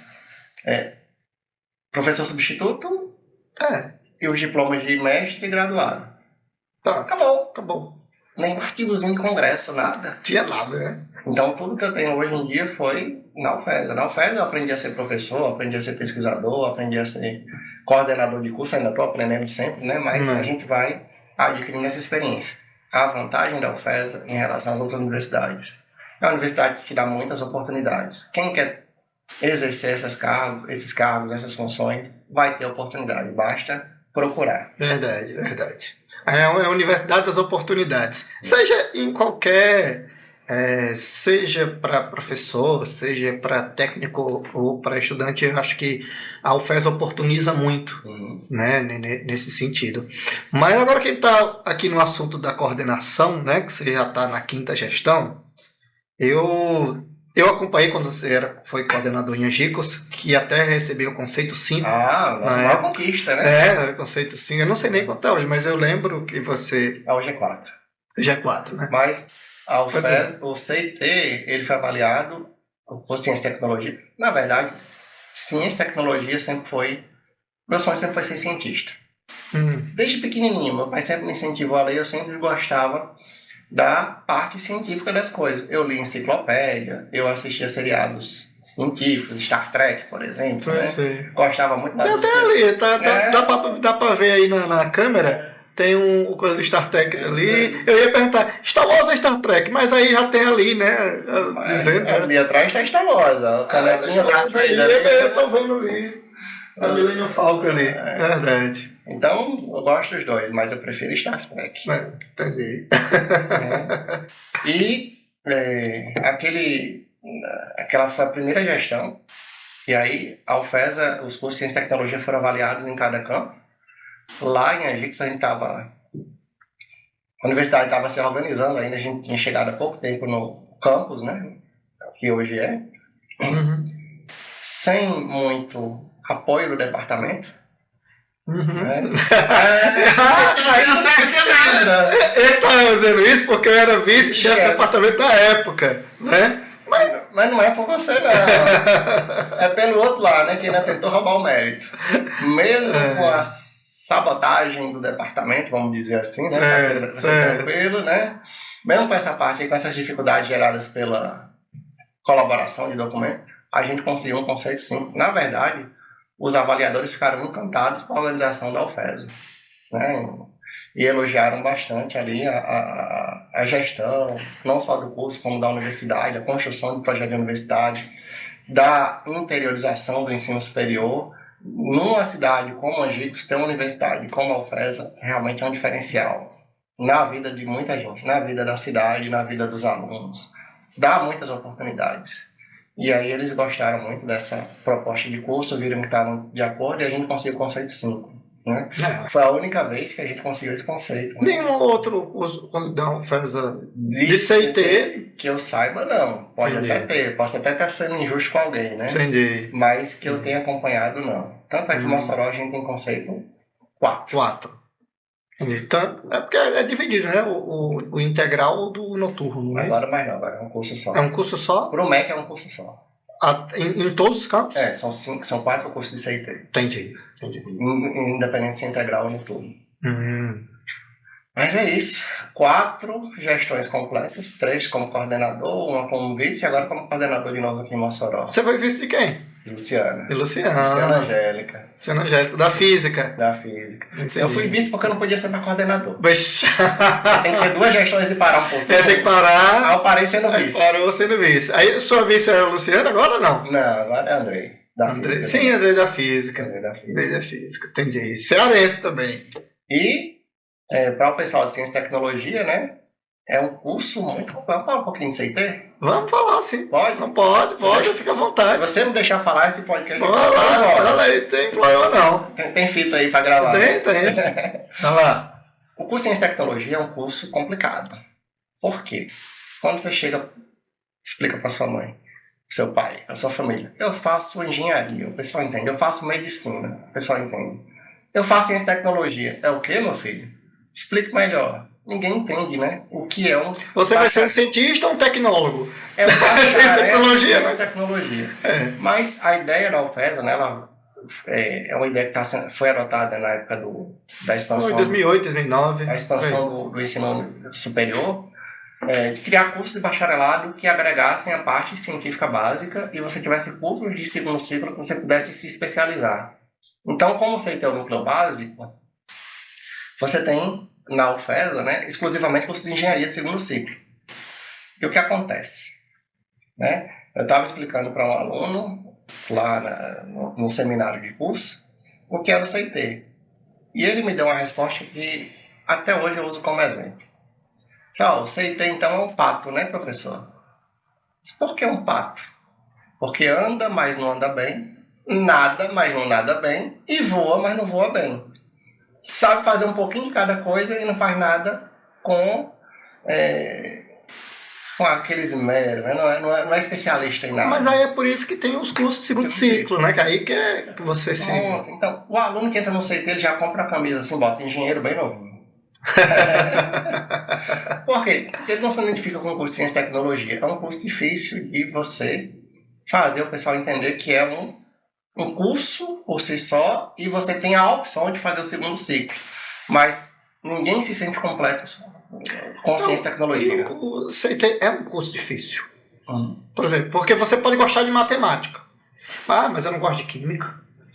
Professor substituto e os diplomas de mestre e graduado. Acabou. Nem um artigozinho de congresso, nada. Tinha nada, né? Então tudo que eu tenho hoje em dia foi na UFESA. Na UFESA eu aprendi a ser professor, aprendi a ser pesquisador, aprendi a ser coordenador de curso, ainda estou aprendendo sempre, né? Mas a gente vai adquirindo essa experiência. A vantagem da UFESA em relação às outras universidades. É uma universidade que te dá muitas oportunidades. Quem quer exercer esses cargos, essas funções, vai ter oportunidade. Basta procurar. Verdade. É a universidade das oportunidades. Seja em qualquer... seja para professor, seja para técnico ou para estudante, eu acho que a UFES oportuniza muito, né, nesse sentido. Mas agora que está aqui no assunto da coordenação, né, que você já está na 5ª gestão, eu acompanhei quando você foi coordenador em Angicos, que até recebeu o conceito 5. Nossa maior conquista, né? O conceito 5. Eu não sei nem quanto é hoje, mas eu lembro que você... Hoje é 4. Já é 4, né? Mas a UFES, o CIT, ele foi avaliado por ciência e tecnologia. Na verdade, ciência e tecnologia sempre foi... Meu sonho sempre foi ser cientista. Desde pequenininho, meu pai sempre me incentivou a ler, eu sempre gostava da parte científica das coisas. Eu li enciclopédia, eu assistia seriados científicos, Star Trek, por exemplo, né? Gostava muito da... Até ali, dá pra ver aí na câmera tem um coisa do Star Trek ali. Eu ia perguntar, Star Wars ou Star Trek? Mas aí já tem ali, né? Dizendo. Ali atrás está Star Wars, ó. O canequinho da Eu tô vendo ali. A Millennium Falcon ali. Verdade. Então, eu gosto dos dois, mas eu prefiro Star Trek. Entendi. E aquela foi a primeira gestão. E aí, a UFESA, os cursos de Ciência e Tecnologia foram avaliados em cada campo. Lá em Angicos, a universidade estava se organizando ainda, a gente tinha chegado há pouco tempo no campus, né? Que hoje é. Sem muito apoio do departamento. Né? Eu sei que você lembra. Ele estava fazendo isso porque eu era vice-chefe do departamento na época, né? Mas não é por você, não. É pelo outro lado, né? Que ainda tentou roubar o mérito. Mesmo com a sabotagem do departamento, vamos dizer assim, né? Para ser tranquilo, né? Mesmo com essa parte aí, com essas dificuldades geradas pela colaboração de documento, a gente conseguiu um conceito sim. Na verdade, os avaliadores ficaram encantados com a organização da UFESA, né? E elogiaram bastante ali a gestão, não só do curso, como da universidade, a construção do projeto de universidade, da interiorização do ensino superior. Numa cidade como Angicos, ter uma universidade como a UFESA realmente é um diferencial na vida de muita gente, na vida da cidade, na vida dos alunos. Dá muitas oportunidades. E aí eles gostaram muito dessa proposta de curso, viram que estavam de acordo e a gente conseguiu o conceito 5. Né? Foi a única vez que a gente conseguiu esse conceito. Nenhum outro curso quando dá uma UFESA de CIT que eu saiba, não. Pode até ter, posso até estar sendo injusto com alguém, né? Entendi. Mas que eu tenha acompanhado, não. Tanto é que em Mossoró a gente tem conceito 4. Então, é porque é dividido, né? O integral do noturno. Agora mais não, agora é um curso só. É um curso só? Pro MEC é um curso só. Em todos os campos? São 4 cursos de CIT. Entendi. Independente se é integral ou noturno. Mas é isso. 4 gestões completas, 3 como coordenador, uma como vice e agora como coordenador de novo aqui em Mossoró. Você foi vice de quem? Luciana. Luciana Angélica. Luciana Angélica, da física. Entendi. Eu fui vice porque eu não podia ser mais coordenador. Mas... Tem que ser 2 gestões e parar um pouquinho. Tem que parar. Aí eu parei sendo vice. Parou sendo vice. Aí sua vice é a Luciana agora ou não? Não, agora é Andrei. Física, sim, Andrei da Física. Andrei da Física. Entendi. Cearense também. E para o pessoal de Ciência e Tecnologia, né? É um curso muito... Vamos falar um pouquinho de CIT? Vamos falar, sim. Pode? Não pode, fica à vontade. Se você não deixar falar, esse podcast... Fala aí, tem problema não. Tem fita aí para gravar. Tem. Vai lá. O curso de Ciência e Tecnologia é um curso complicado. Por quê? Quando você chega, explica para sua mãe, seu pai, a sua família. Eu faço engenharia, o pessoal entende. Eu faço medicina, o pessoal entende. Eu faço ciência e tecnologia. É o quê, meu filho? Explique melhor. Ninguém entende, né? O que é um... Você vai ser um cientista ou um tecnólogo? É ciência e tecnologia. Ciência e tecnologia. Mas a ideia da UFESA, né, ela é uma ideia que foi adotada na época da expansão... Foi 2008, 2009. A expansão do ensino superior. De criar cursos de bacharelado que agregassem a parte científica básica e você tivesse cursos de segundo ciclo que você pudesse se especializar. Então, como você tem o núcleo básico, você tem na UFESA, né, exclusivamente curso de engenharia de segundo ciclo. E o que acontece? Né? Eu estava explicando para um aluno lá no seminário de curso o que era o CIT. E ele me deu uma resposta que até hoje eu uso como exemplo. O CIT então é um pato, né, professor? Por que um pato? Porque anda, mas não anda bem, nada, mas não nada bem, e voa, mas não voa bem. Sabe fazer um pouquinho de cada coisa e não faz nada com aqueles meros, né? Não é especialista em nada. Mas aí é por isso que tem os cursos de segundo ciclo, né? Que aí que você se... Então, o aluno que entra no CIT, ele já compra a camisa assim, bota engenheiro bem novinho. Por quê? Porque ele não se identifica com o curso de Ciência e Tecnologia. É um curso difícil de você fazer o pessoal entender que é um curso por si só e você tem a opção de fazer o segundo ciclo. Mas ninguém se sente completo com Ciência e Tecnologia. O CIT é um curso difícil. Por exemplo, porque você pode gostar de matemática. Mas eu não gosto de química.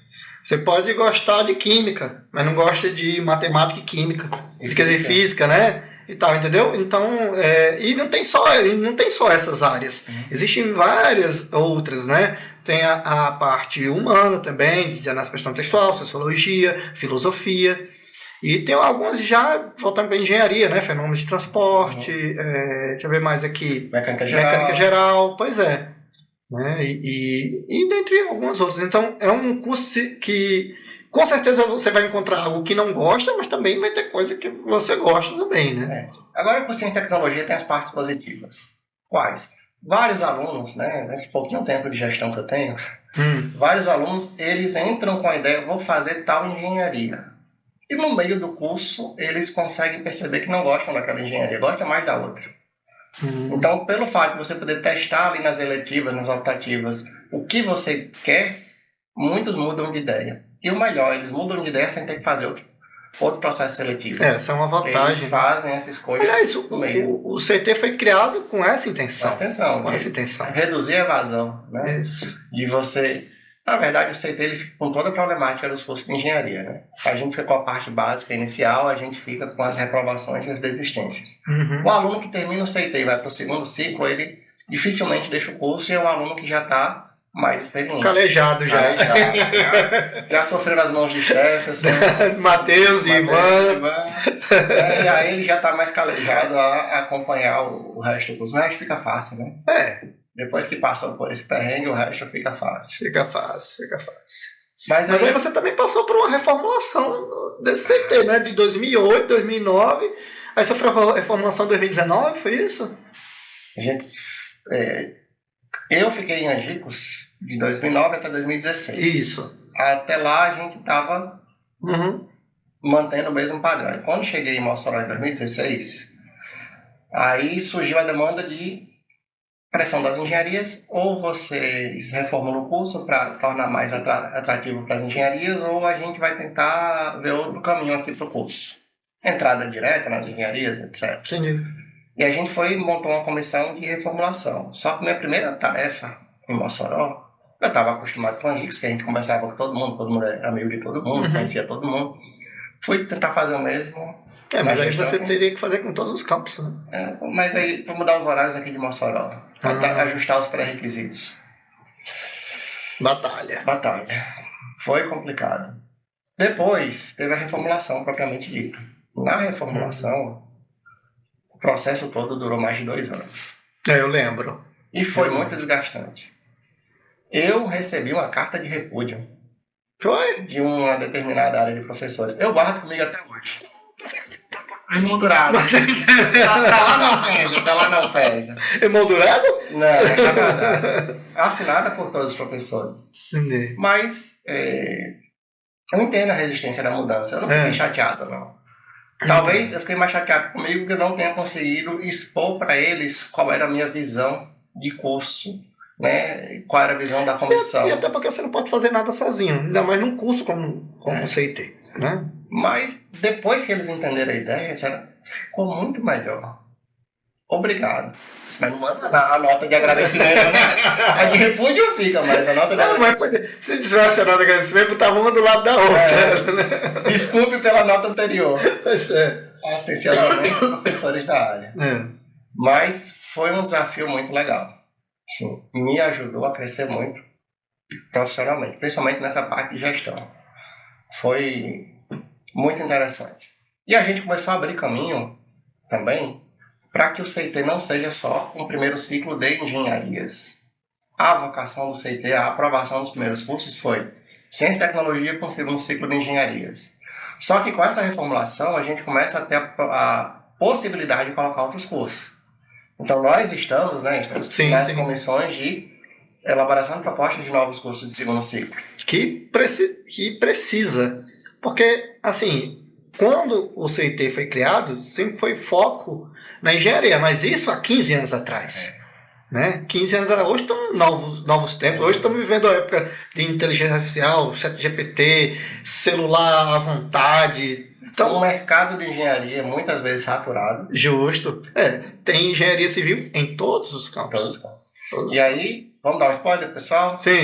Você pode gostar de química, mas não gosta de matemática e química. Quer dizer, física, né? E tal, entendeu? Então, e não tem só essas áreas. Existem várias outras, né? Tem a parte humana também, de análise textual, sociologia, filosofia. E tem alguns já voltando para engenharia, né? Fenômenos de transporte, deixa eu ver mais aqui. Mecânica geral, pois é. Né? E dentre algumas outras. Então, é um curso que com certeza você vai encontrar algo que não gosta, mas também vai ter coisa que você gosta também, né? Agora, com ciência e tecnologia, tem as partes positivas. Quais? Vários alunos, né, nesse pouquinho tempo de gestão que eu tenho, vários alunos, eles entram com a ideia, vou fazer tal engenharia. E no meio do curso, eles conseguem perceber que não gostam daquela engenharia, gostam mais da outra. Então, pelo fato de você poder testar ali nas eletivas, nas optativas, o que você quer, muitos mudam de ideia. E o melhor, eles mudam de ideia sem ter que fazer outro processo seletivo. Essa é uma vantagem. Eles fazem essa escolha. Aliás, o CT foi criado com essa intenção. Com essa intenção. Reduzir a evasão. Né? Isso. De você... Na verdade, o CT ele fica com toda a problemática dos cursos de engenharia. Né? A gente fica com a parte básica inicial, a gente fica com as reprovações e as desistências. O aluno que termina o CT e vai para o segundo ciclo, ele dificilmente deixa o curso e é um aluno que já está mais experiente. Calejado já. Já sofreu nas mãos de chefe. Assim, Matheus e Ivan. E aí ele já está mais calejado a acompanhar o resto do curso. O resto fica fácil, né? Depois que passam por esse perrengue, o resto fica fácil. Fica fácil. Mas aí você também passou por uma reformulação desse CT, né? De 2008, 2009. Aí sofreu a reformulação em 2019, foi isso? Eu fiquei em Angicos de 2009 até 2016. Isso. Até lá a gente estava mantendo o mesmo padrão. Quando cheguei em Mossoró em 2016, aí surgiu a demanda de pressão das engenharias, ou vocês reformulam o curso para tornar mais atrativo para as engenharias, ou a gente vai tentar ver outro caminho aqui para o curso. Entrada direta nas engenharias, etc. Entendi. E a gente montou uma comissão de reformulação. Só que minha primeira tarefa em Mossoró, eu estava acostumado com Angicos, que a gente conversava com todo mundo é amigo de todo mundo, conhecia todo mundo. Fui tentar fazer o mesmo. Mas aí você teria que fazer com todos os campos, né? Mas aí, para mudar os horários aqui de Mossoró, para ajustar os pré-requisitos. Batalha. Foi complicado. Depois, teve a reformulação propriamente dita. Na reformulação, o processo todo durou mais de 2 anos. Eu lembro. E foi muito desgastante. Eu recebi uma carta de repúdio. Foi? De uma determinada área de professores. Eu guardo comigo até hoje. Emoldurado. Tá lá na ofensa. Emoldurado? Não, é verdade. Assinada por todos os professores. Entendi. Mas eu entendo a resistência da mudança. Eu não fiquei chateado, não. Talvez eu fiquei mais chateado comigo porque eu não tenha conseguido expor para eles qual era a minha visão de curso, né? Qual era a visão da comissão. E até porque você não pode fazer nada sozinho, ainda mais num curso como o CIT, né? Mas depois que eles entenderam a ideia, ficou muito melhor. Obrigado. Mas não manda a nota de agradecimento, né? A de repúdio fica, mas a nota de agradecimento... Mas se tivesse a nota de agradecimento, botava uma do lado da outra. Né? Desculpe pela nota anterior. Atenciosamente, professores da área. Mas foi um desafio muito legal. Sim, me ajudou a crescer muito profissionalmente, principalmente nessa parte de gestão. Foi muito interessante. E a gente começou a abrir caminho também para que o CIT não seja só um primeiro ciclo de engenharias. A vocação do CIT, a aprovação dos primeiros cursos foi ciência e tecnologia com o segundo ciclo de engenharias. Só que com essa reformulação a gente começa a ter a possibilidade de colocar outros cursos. Então nós estamos nas comissões de elaboração de propostas de novos cursos de segundo ciclo. Que precisa. Porque, assim, quando o CIT foi criado, sempre foi foco na engenharia, mas isso há 15 anos atrás. Né? 15 anos atrás, hoje estão novos tempos, hoje estamos vivendo a época de inteligência artificial, ChatGPT, celular à vontade. Então, o mercado de engenharia é muitas vezes saturado. Justo. Tem engenharia civil em todos os campos. E aí, vamos dar um spoiler, pessoal? Sim.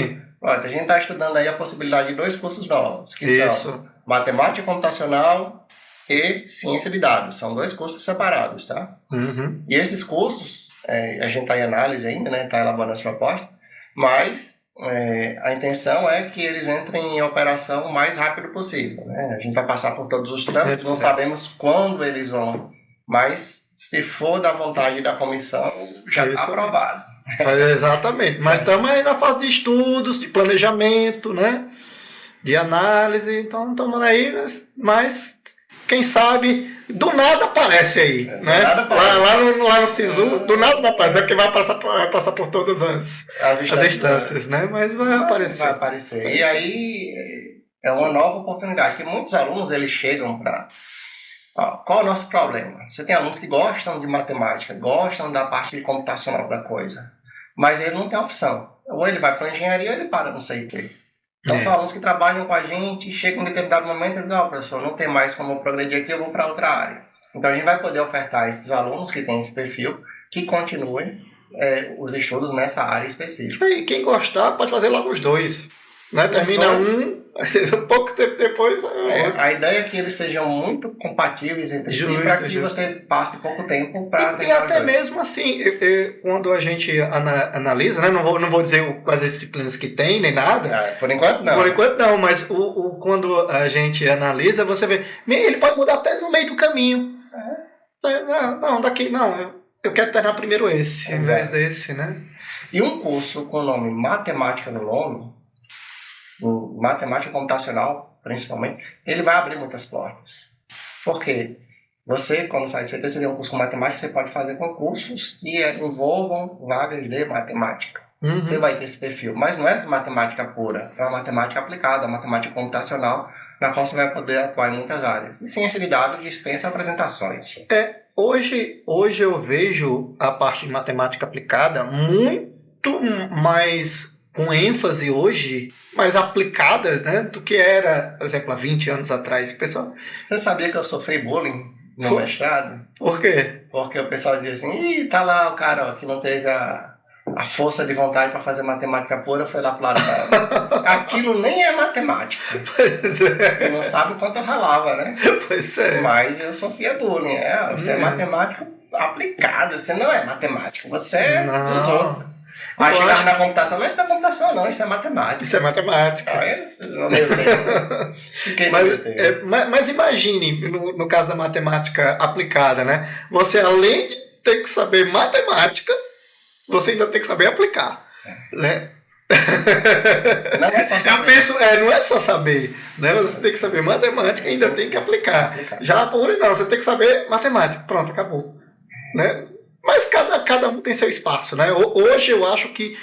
Pronto, a gente está estudando aí a possibilidade de 2 cursos novos, que Isso. são Matemática Computacional e Ciência de Dados. São 2 cursos separados, tá? Uhum. E esses cursos, a gente está em análise ainda, né? Está elaborando as propostas, mas a intenção é que eles entrem em operação o mais rápido possível, né? A gente vai passar por todos os trâmites, não sabemos quando eles vão, mas se for da vontade da comissão, já está aprovado. Exatamente, mas estamos aí na fase de estudos, de planejamento, né? De análise, então estamos aí, mas quem sabe do nada aparece aí, né? Lá no SISU, do nada não aparece, porque vai passar por todas as instâncias, né? Mas vai aparecer. Vai aparecer. E aí é uma nova oportunidade, que muitos alunos eles chegam para... Qual é o nosso problema? Você tem alunos que gostam de matemática, gostam da parte computacional da coisa, mas ele não tem opção. Ou ele vai para a engenharia ou ele para no CIT. Então são alunos que trabalham com a gente, chegam em um determinado momento e dizem, professor, não tem mais como eu progredir aqui, eu vou para outra área. Então a gente vai poder ofertar a esses alunos que têm esse perfil, que continuem os estudos nessa área específica. E quem gostar pode fazer logo os 2. Né? Termina pouco tempo depois. A ideia é que eles sejam muito compatíveis entre si para que você passe pouco tempo para ter. E até mesmo assim, quando a gente analisa, né? Não vou dizer quais disciplinas que tem, nem nada. Por enquanto não. Por enquanto não, mas quando a gente analisa, você vê, ele pode mudar até no meio do caminho. Eu quero terminar primeiro esse, ao invés desse, né? E um curso com o nome Matemática no nome, matemática computacional, principalmente, ele vai abrir muitas portas. Porque você, quando sai de CT, você tem um curso com matemática, você pode fazer concursos que envolvam vagas de matemática. Uhum. Você vai ter esse perfil. Mas não é matemática pura, é uma matemática aplicada, uma matemática computacional, na qual você vai poder atuar em muitas áreas. E ciência de dados dispensa apresentações. Hoje eu vejo a parte de matemática aplicada muito mais com ênfase hoje, mais aplicada, né, do que era, por exemplo, há 20 anos atrás. Pessoal, você sabia que eu sofri bullying no mestrado? Por quê? Porque o pessoal dizia assim, tá lá o cara que não teve a força de vontade para fazer matemática pura, foi lá pro lado dela. Aquilo nem é matemática. Pois é. Não sabe o quanto eu ralava, né? Pois é. Mas eu sofria bullying. Você é matemático aplicado, você não é matemático, você é dos outros. Mas chegar na computação, não, isso não é computação não, isso é matemática. Isso é matemática. Mas imagine, no caso da matemática aplicada, né? Você, além de ter que saber matemática, você ainda tem que saber aplicar, né? Não é só saber. Eu penso, não é só saber, né? Você tem que saber matemática e ainda tem que aplicar. Já por não, você tem que saber matemática. Pronto, acabou, né? Mas cada um tem seu espaço, né? Hoje eu acho que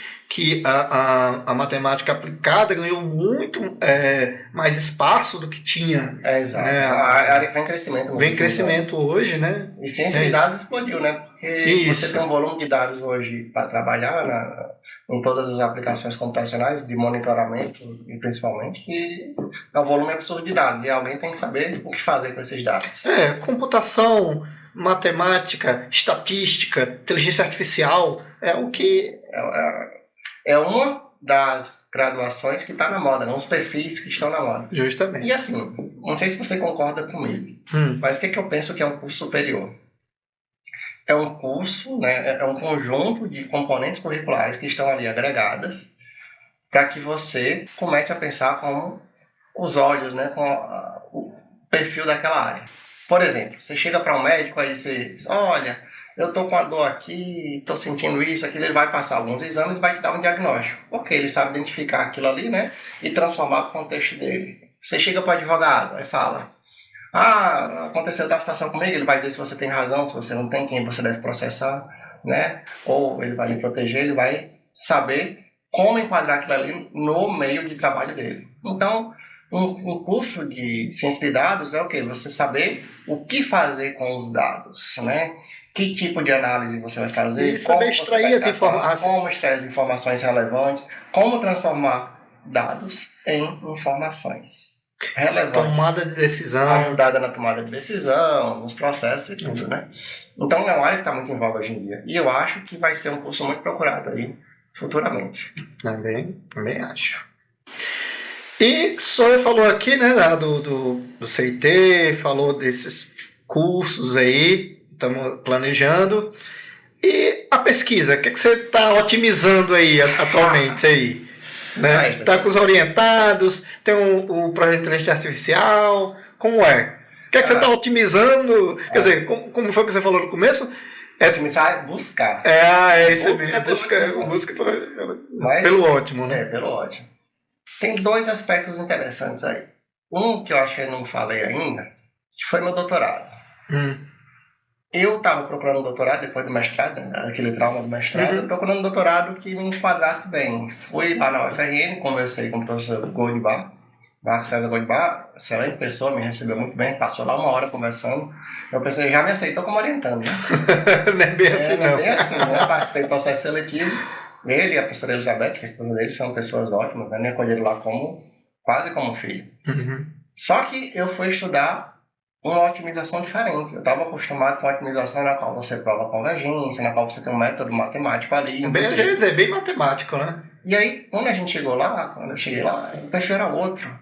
a matemática aplicada ganhou muito mais espaço do que tinha. Exato. Né? A área vem em crescimento. Vem em crescimento hoje, né? E ciência de dados explodiu, né? Porque você tem um volume de dados hoje para trabalhar em todas as aplicações computacionais, de monitoramento, principalmente, que é um volume absurdo de dados. E alguém tem que saber o que fazer com esses dados. Computação, matemática, estatística, inteligência artificial, é o que... É uma das graduações que está na moda, uns perfis que estão na moda. Justamente. E assim, não sei se você concorda comigo, mas o que eu penso que é um curso superior? É um curso, né, é um conjunto de componentes curriculares que estão ali agregadas para que você comece a pensar com os olhos, né, com o perfil daquela área. Por exemplo, você chega para um médico aí você diz, olha, eu estou com a dor aqui, estou sentindo isso, aquilo, ele vai passar alguns exames e vai te dar um diagnóstico. Porque ele sabe identificar aquilo ali, né, e transformar o contexto dele. Você chega para o advogado e fala, aconteceu tal situação comigo, ele vai dizer se você tem razão, se você não tem, quem você deve processar, né, ou ele vai lhe proteger, ele vai saber como enquadrar aquilo ali no meio de trabalho dele. Então, um curso de ciência de dados é o quê? Você saber o que fazer com os dados, né? Que tipo de análise você vai fazer, como extrair as informações, como extrair as informações relevantes, como transformar dados em informações relevantes. Tomada de decisão. Ajudada na tomada de decisão, nos processos e tudo, né? Então é uma área que está muito em voga hoje em dia. E eu acho que vai ser um curso muito procurado aí futuramente. Também acho. E o senhor falou aqui, né, do CIT, falou desses cursos aí, estamos planejando. E a pesquisa, o que você está otimizando aí atualmente aí? Né? Está com os orientados, tem o projeto de inteligência artificial, como é? O que você está otimizando? Quer dizer, como foi que você falou no começo? Otimizar, buscar. É isso mesmo, busca pelo ótimo, né? Pelo ótimo. Tem 2 aspectos interessantes aí. Um que eu acho que eu não falei ainda, que foi meu doutorado. Eu estava procurando doutorado depois do mestrado, aquele trauma do mestrado, procurando doutorado que me enquadrasse bem. Fui lá na UFRN, conversei com o professor Goldbar, Marcos César Goldbar, excelente pessoa, me recebeu muito bem, passou lá 1 hora conversando. Eu pensei, já me aceitou como orientando, né? Não é bem assim, não. Não é bem assim, né? Participei do processo seletivo. Ele e a professora Elizabeth, que é a esposa dele, são pessoas ótimas, né? Me acolheram lá quase como filho. Só que eu fui estudar uma otimização diferente. Eu estava acostumado com a otimização na qual você prova convergência, na qual você tem um método matemático ali. Bem matemático, né? E aí, quando a gente chegou lá, quando eu cheguei lá, o perfil era outro.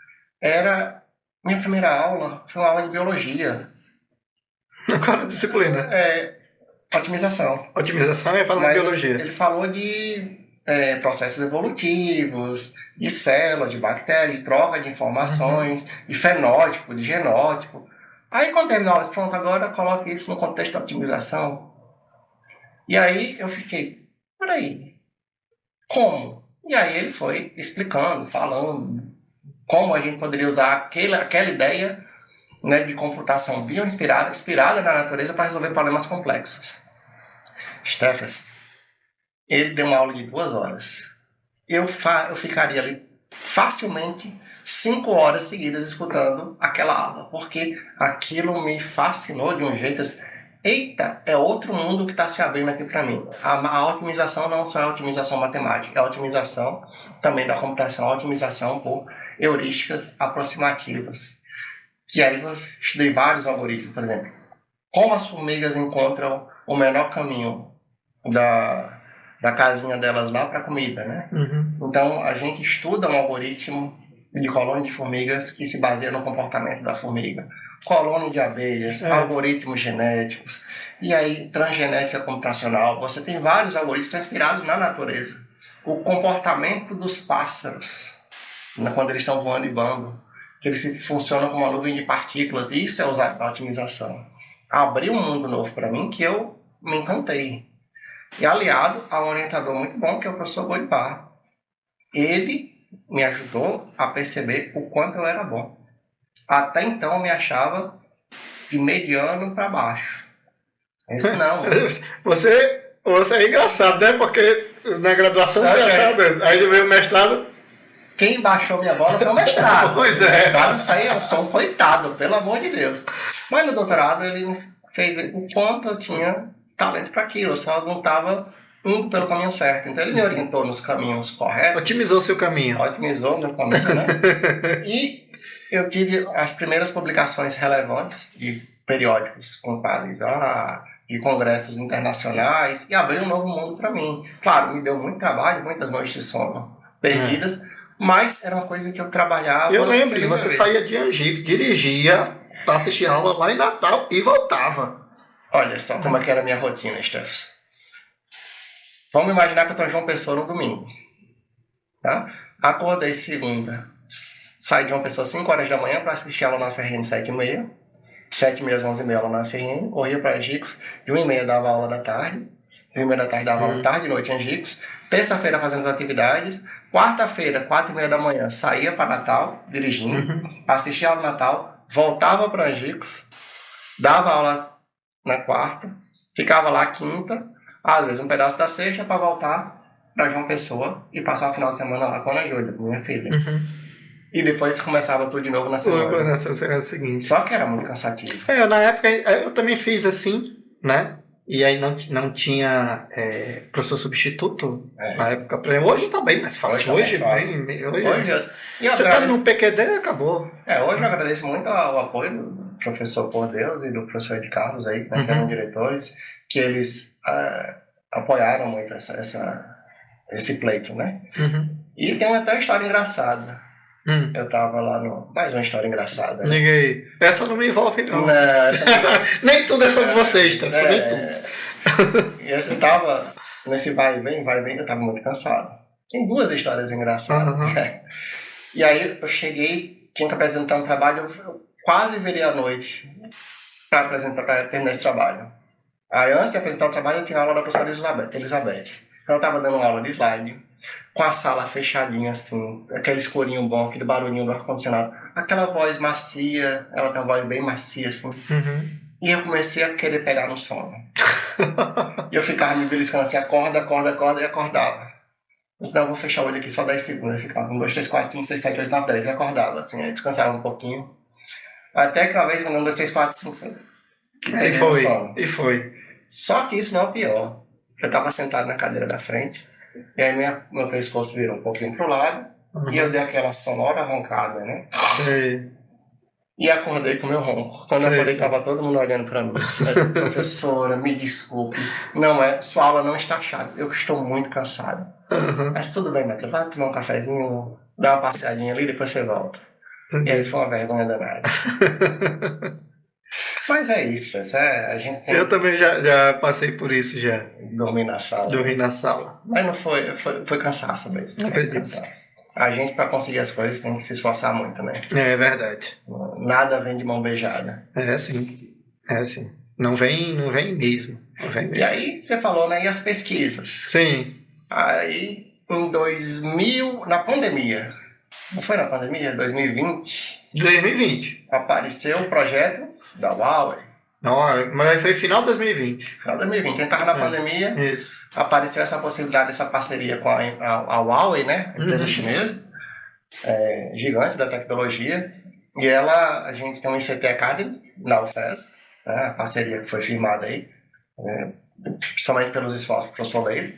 Minha primeira aula foi uma aula de biologia. Qual a disciplina? Otimização. Otimização é falar de biologia. Ele falou de processos evolutivos, de célula, de bactéria, de troca de informações, de fenótipo, de genótipo. Aí, quando terminou a aula, pronto, agora coloque isso no contexto da otimização. E aí eu fiquei, peraí, como? E aí ele foi explicando, falando como a gente poderia usar aquela ideia, né, de computação inspirada na natureza para resolver problemas complexos. Stephens, ele deu uma aula de 2 horas. Eu ficaria ali facilmente 5 horas seguidas escutando aquela aula, porque aquilo me fascinou de um jeito assim. Eita, é outro mundo que está se abrindo aqui para mim. A otimização não só é a otimização matemática, é a otimização também da computação, a otimização por heurísticas aproximativas. Que aí eu estudei vários algoritmos, por exemplo. Como as formigas encontram o menor caminho da casinha delas lá para a comida, né? Então, a gente estuda um algoritmo de colônia de formigas que se baseia no comportamento da formiga. Colônia de abelhas, algoritmos genéticos, e aí transgenética computacional. Você tem vários algoritmos inspirados na natureza. O comportamento dos pássaros, quando eles estão voando em bando, que eles funcionam como uma nuvem de partículas, e isso é usado na otimização. Abriu um mundo novo para mim que eu me encantei. E aliado a um orientador muito bom, que é o professor Goldbar. Ele me ajudou a perceber o quanto eu era bom. Até então eu me achava de mediano para baixo. Esse não. Você é engraçado, né? Porque na graduação você achava, aí veio o mestrado. Quem baixou minha bola foi o mestrado. Pois é. Mestrado, isso aí eu sou um coitado, pelo amor de Deus. Mas no doutorado ele me fez ver o quanto eu tinha talento para aquilo. Eu só não estava indo pelo caminho certo. Então ele me orientou nos caminhos corretos. Otimizou seu caminho. Otimizou meu caminho, né? E eu tive as primeiras publicações relevantes de periódicos com pares, de congressos internacionais, e abriu um novo mundo para mim. Claro, me deu muito trabalho, muitas noites de sono perdidas, mas era uma coisa que eu trabalhava. Eu lembro, você saía de Angicos, dirigia para assistir aula lá em Natal e voltava. Olha só como é que era a minha rotina, Stephens. Vamos imaginar que eu estou em João Pessoa no domingo. Tá? Acordei segunda, saí de João Pessoa 5 horas da manhã para assistir aula na UFRN 7h30. 7h30 às 11h30 aula na UFRN. Corria para Angicos, de 1h30 dava aula da tarde. De 1h30 da tarde dava aula tarde e noite em Angicos. Terça-feira fazendo as atividades. Quarta-feira, 4h30 da manhã, saía para Natal, dirigindo. Assistia aula Natal, voltava para Angicos. Dava aula na quarta. Ficava lá quinta. Às vezes um pedaço da sexta para voltar para João Pessoa e passar o final de semana lá com a Ana Júlia, minha filha. E depois começava tudo de novo na semana. Na semana seguinte. Só que era muito cansativo. Na época eu também fiz assim, né? E aí não tinha professor substituto na época. Hoje tá bem mais fácil. Hoje você tá no PQD e acabou. Hoje eu agradeço muito o apoio do professor Por Deus e do professor de Carlos aí, que eram diretores, que eles apoiaram muito esse pleito, né? E tem até uma história engraçada. Eu tava lá no... Mais uma história engraçada. Né? Diga aí. Essa não me envolve, não. Não, essa não... Nem tudo é sobre vocês, tá? Nem tudo. E essa tava nesse vai e vem, eu tava muito cansado. Tem duas histórias engraçadas. E aí eu cheguei, tinha que apresentar um trabalho, eu quase virei à noite para terminar esse trabalho. Aí antes de apresentar o trabalho, eu tinha aula da professora Elizabeth. Ela estava dando aula de slide, com a sala fechadinha assim, aquele escurinho bom, aquele barulhinho do ar-condicionado, aquela voz macia, ela tem uma voz bem macia assim. E eu comecei a querer pegar no sono. E eu ficava me beliscando assim, acorda, e acordava. Eu disse, não, eu vou fechar o olho aqui só 10 segundos. Eu ficava 1, 2, 3, 4, 5, 6, 7, 8, 9, 10. E acordava assim, aí descansava um pouquinho. Até que uma vez, 1, 2, 3, 4, 5, 6. E foi. Só que isso não é o pior. Eu estava sentado na cadeira da frente, e aí meu pescoço virou um pouquinho pro lado, e eu dei aquela sonora roncada, né? Sei. E acordei com o meu ronco. Quando eu acordei, estava todo mundo olhando para mim. Eu disse, professora, me desculpe. Não é, sua aula não está chata. Eu estou muito cansado. Mas tudo bem, Matheus. Vai tomar um cafezinho, dá uma passeadinha ali, depois você volta. E aí foi uma vergonha danada. Mas é isso, a gente tem... Eu também já passei por isso já. Dormir na sala. Mas não foi cansaço mesmo. Não acredito. Cansaço. A gente, para conseguir as coisas, tem que se esforçar muito, né? É verdade. Nada vem de mão beijada. É sim. Não vem mesmo. E aí, você falou, né? E as pesquisas? Sim. Aí, em 2000, na pandemia, não foi na pandemia? 2020? 2020. Apareceu o projeto da Huawei. Não, mas foi final de 2020. Final de 2020. Quem estava na pandemia, isso. Apareceu essa possibilidade, essa parceria com a Huawei, né? A empresa chinesa, gigante da tecnologia. E a gente tem um ICT Academy na UFES, né? A parceria que foi firmada aí, principalmente pelos esforços do professor Leire.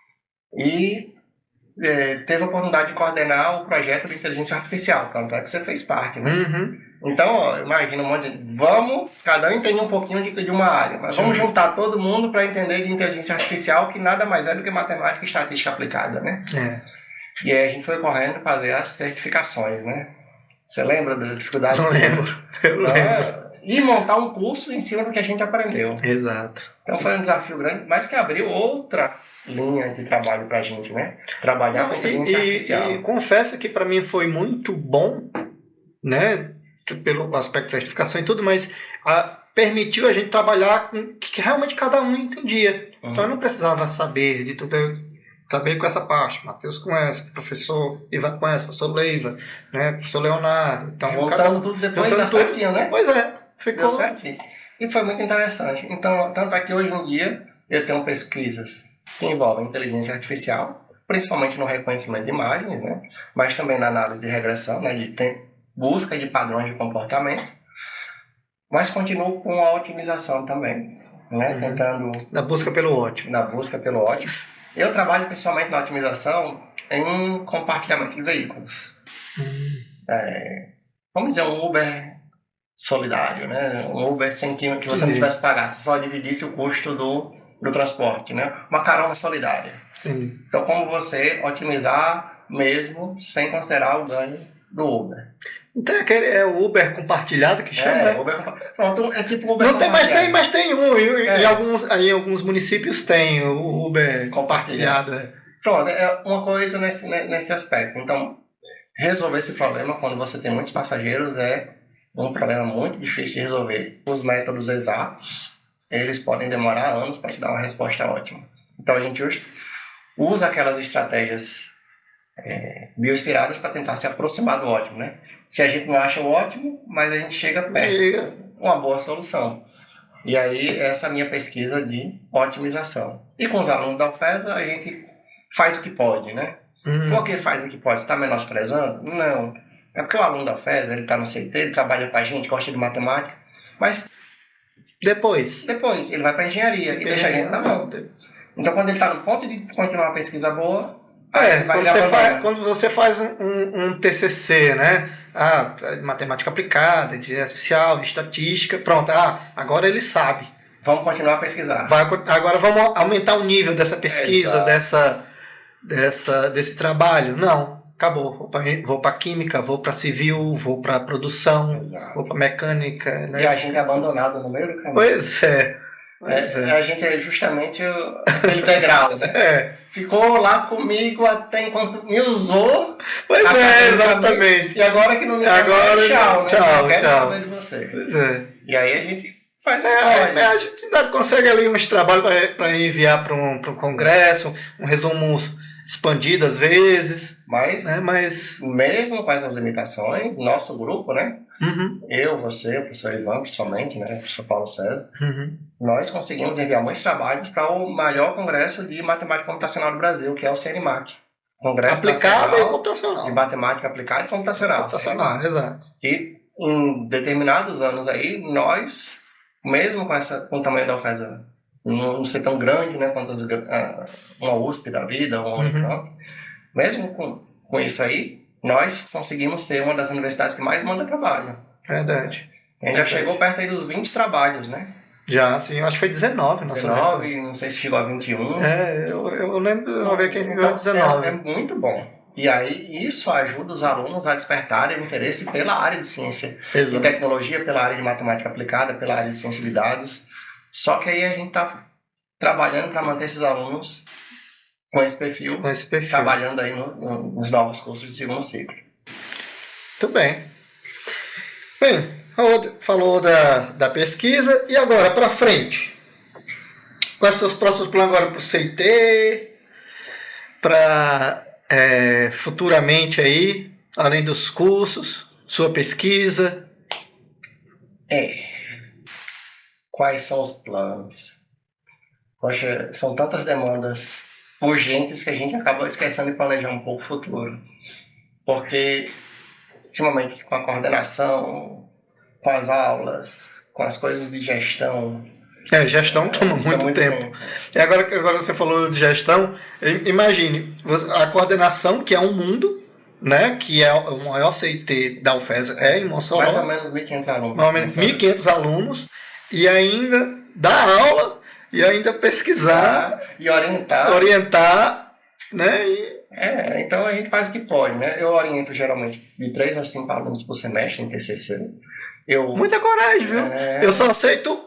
E teve a oportunidade de coordenar o projeto de inteligência artificial, tanto é que você fez parte, né? Então, ó, imagina um monte de... cada um entende um pouquinho de uma área, mas vamos juntar todo mundo para entender de inteligência artificial, que nada mais é do que matemática e estatística aplicada, né? E aí a gente foi correndo fazer as certificações, né? Você lembra da dificuldade? Não lembro. Eu lembro. E montar um curso em cima do que a gente aprendeu. Exato. Então foi um desafio grande, mas que abriu outra linha de trabalho pra gente, né? Trabalhar com inteligência artificial. E confesso que para mim foi muito bom, né? Pelo aspecto de certificação e tudo, mas permitiu a gente trabalhar com o que realmente cada um entendia. Então eu não precisava saber de tudo. Eu trabalhei com essa parte, Matheus com essa, professor Ivan com essa, professor Leiva, né? Professor Leonardo. Então, voltando tudo depois dá certinho, né? Pois é, ficou deu certinho. E foi muito interessante. Então, tanto é que hoje em dia eu tenho pesquisas que envolvem inteligência artificial, principalmente no reconhecimento de imagens, né? Mas também na análise de regressão, né? Busca de padrões de comportamento, mas continuo com a otimização também, né? Tentando... Na busca pelo ótimo. Eu trabalho principalmente na otimização em compartilhamento de veículos. Vamos dizer, um Uber solidário, né? Um Uber sem que você não tivesse que pagar, você só dividisse o custo do transporte, né? Uma carona solidária. Então, como você otimizar mesmo sem considerar o ganho do Uber. Então é o Uber compartilhado que chama, né? Pronto, é tipo Uber não tem, mas tem um. Em alguns municípios tem o Uber compartilhado. Pronto, é uma coisa nesse aspecto. Então, resolver esse problema quando você tem muitos passageiros é um problema muito difícil de resolver. Os métodos exatos, eles podem demorar anos para te dar uma resposta ótima. Então, a gente usa aquelas estratégias bioinspiradas para tentar se aproximar do ótimo, né? Se a gente não acha o ótimo, mas a gente chega perto. Uma boa solução. E aí, essa é a minha pesquisa de otimização. E com os alunos da UFES, a gente faz o que pode, né? Por que faz o que pode? Você está menosprezando? Não. É porque o aluno da UFES, ele está no CT, ele trabalha com a gente, gosta de matemática, mas depois ele vai para a engenharia e deixa a gente na mão. Então, quando ele está no ponto de continuar uma pesquisa boa, quando você faz um TCC, né? Matemática aplicada, inteligência artificial, estatística, pronto. Agora ele sabe. Vamos continuar a pesquisar. Agora vamos aumentar o nível dessa pesquisa, desse trabalho? Não, acabou. Vou para química, vou para civil, vou para produção, Exato. vou para mecânica. Né? E a gente é abandonado no meio do caminho. Pois é. A gente é justamente aquele degrau, né? Ficou lá comigo até enquanto me usou. Pois é, exatamente. E agora que não me quer mais, tchau, né? Não quero saber de você. Pois é. E aí a gente faz a gente ainda consegue ali uns trabalhos para enviar para um congresso, um resumo expandido às vezes. Mas mesmo com essas limitações, nosso grupo, né? Uhum. Eu, você, o professor Ivan, principalmente, né? O professor Paulo César, nós conseguimos enviar muitos trabalhos para o maior congresso de matemática computacional do Brasil, que é o CNMAC. Congresso Aplicado e computacional. De matemática aplicada e computacional. Computacional, exato. E em determinados anos aí, nós, mesmo com o tamanho da UFESA não ser tão grande, né, quanto uma USP da vida, ou uma mesmo com isso aí, nós conseguimos ser uma das universidades que mais manda trabalho. Verdade. A gente já chegou perto aí dos 20 trabalhos, né? Já, sim, eu acho que foi 19. 19, não sei se chegou a 21. Eu lembro uma vez que a gente viu 19. É muito bom. E aí, isso ajuda os alunos a despertarem o interesse pela área de ciência e tecnologia, pela área de matemática aplicada, pela área de ciência de dados. Só que aí a gente está trabalhando para manter esses alunos com esse perfil. Trabalhando aí nos novos cursos de segundo ciclo. Muito bem. Bem, falou da pesquisa, e agora para frente? Quais são os próximos planos agora para o CIT? Para futuramente aí, além dos cursos, sua pesquisa? Quais são os planos? Poxa, são tantas demandas urgentes que a gente acaba esquecendo de planejar um pouco o futuro. Porque, ultimamente, com a coordenação, com as aulas, com as coisas de gestão... Gestão toma muito tempo. E agora você falou de gestão, imagine, a coordenação, que é um mundo, né, que é o maior CIT da UFESA, em Mossoró. Mais ou menos 1.500 alunos. Mais ou menos 1.500 alunos, e ainda dar aula, e ainda pesquisar. E orientar, né, então a gente faz o que pode, né? Eu oriento geralmente de 3 a 5 alunos por semestre em TCC. Muita coragem, viu? Eu só aceito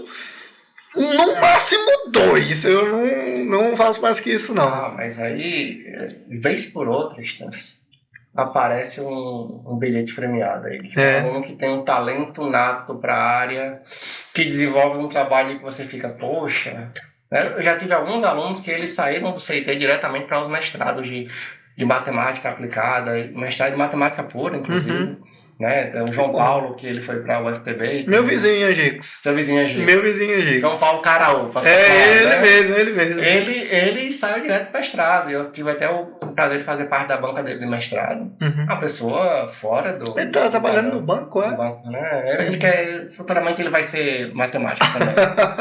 no máximo 2. Eu não faço mais que isso, não. Mas aí, vez por outra, aparece um bilhete premiado aí. Um aluno que tem um talento nato para a área, que desenvolve um trabalho que você fica, poxa... Eu já tive alguns alunos que eles saíram do CIT diretamente para os mestrados de matemática aplicada, mestrado de matemática pura, inclusive. Né? O João Paulo, que ele foi para o UFPB. Meu vizinho, Angicos. Seu vizinho, Angicos. Meu vizinho, Angicos. João Paulo Caraú. Ele mesmo. Ele saiu direto para mestrado. Eu tive até o prazer de fazer parte da banca dele de mestrado. A pessoa fora do... Ele tá trabalhando no banco, No banco, né? Ele quer... Futuramente ele vai ser matemático também.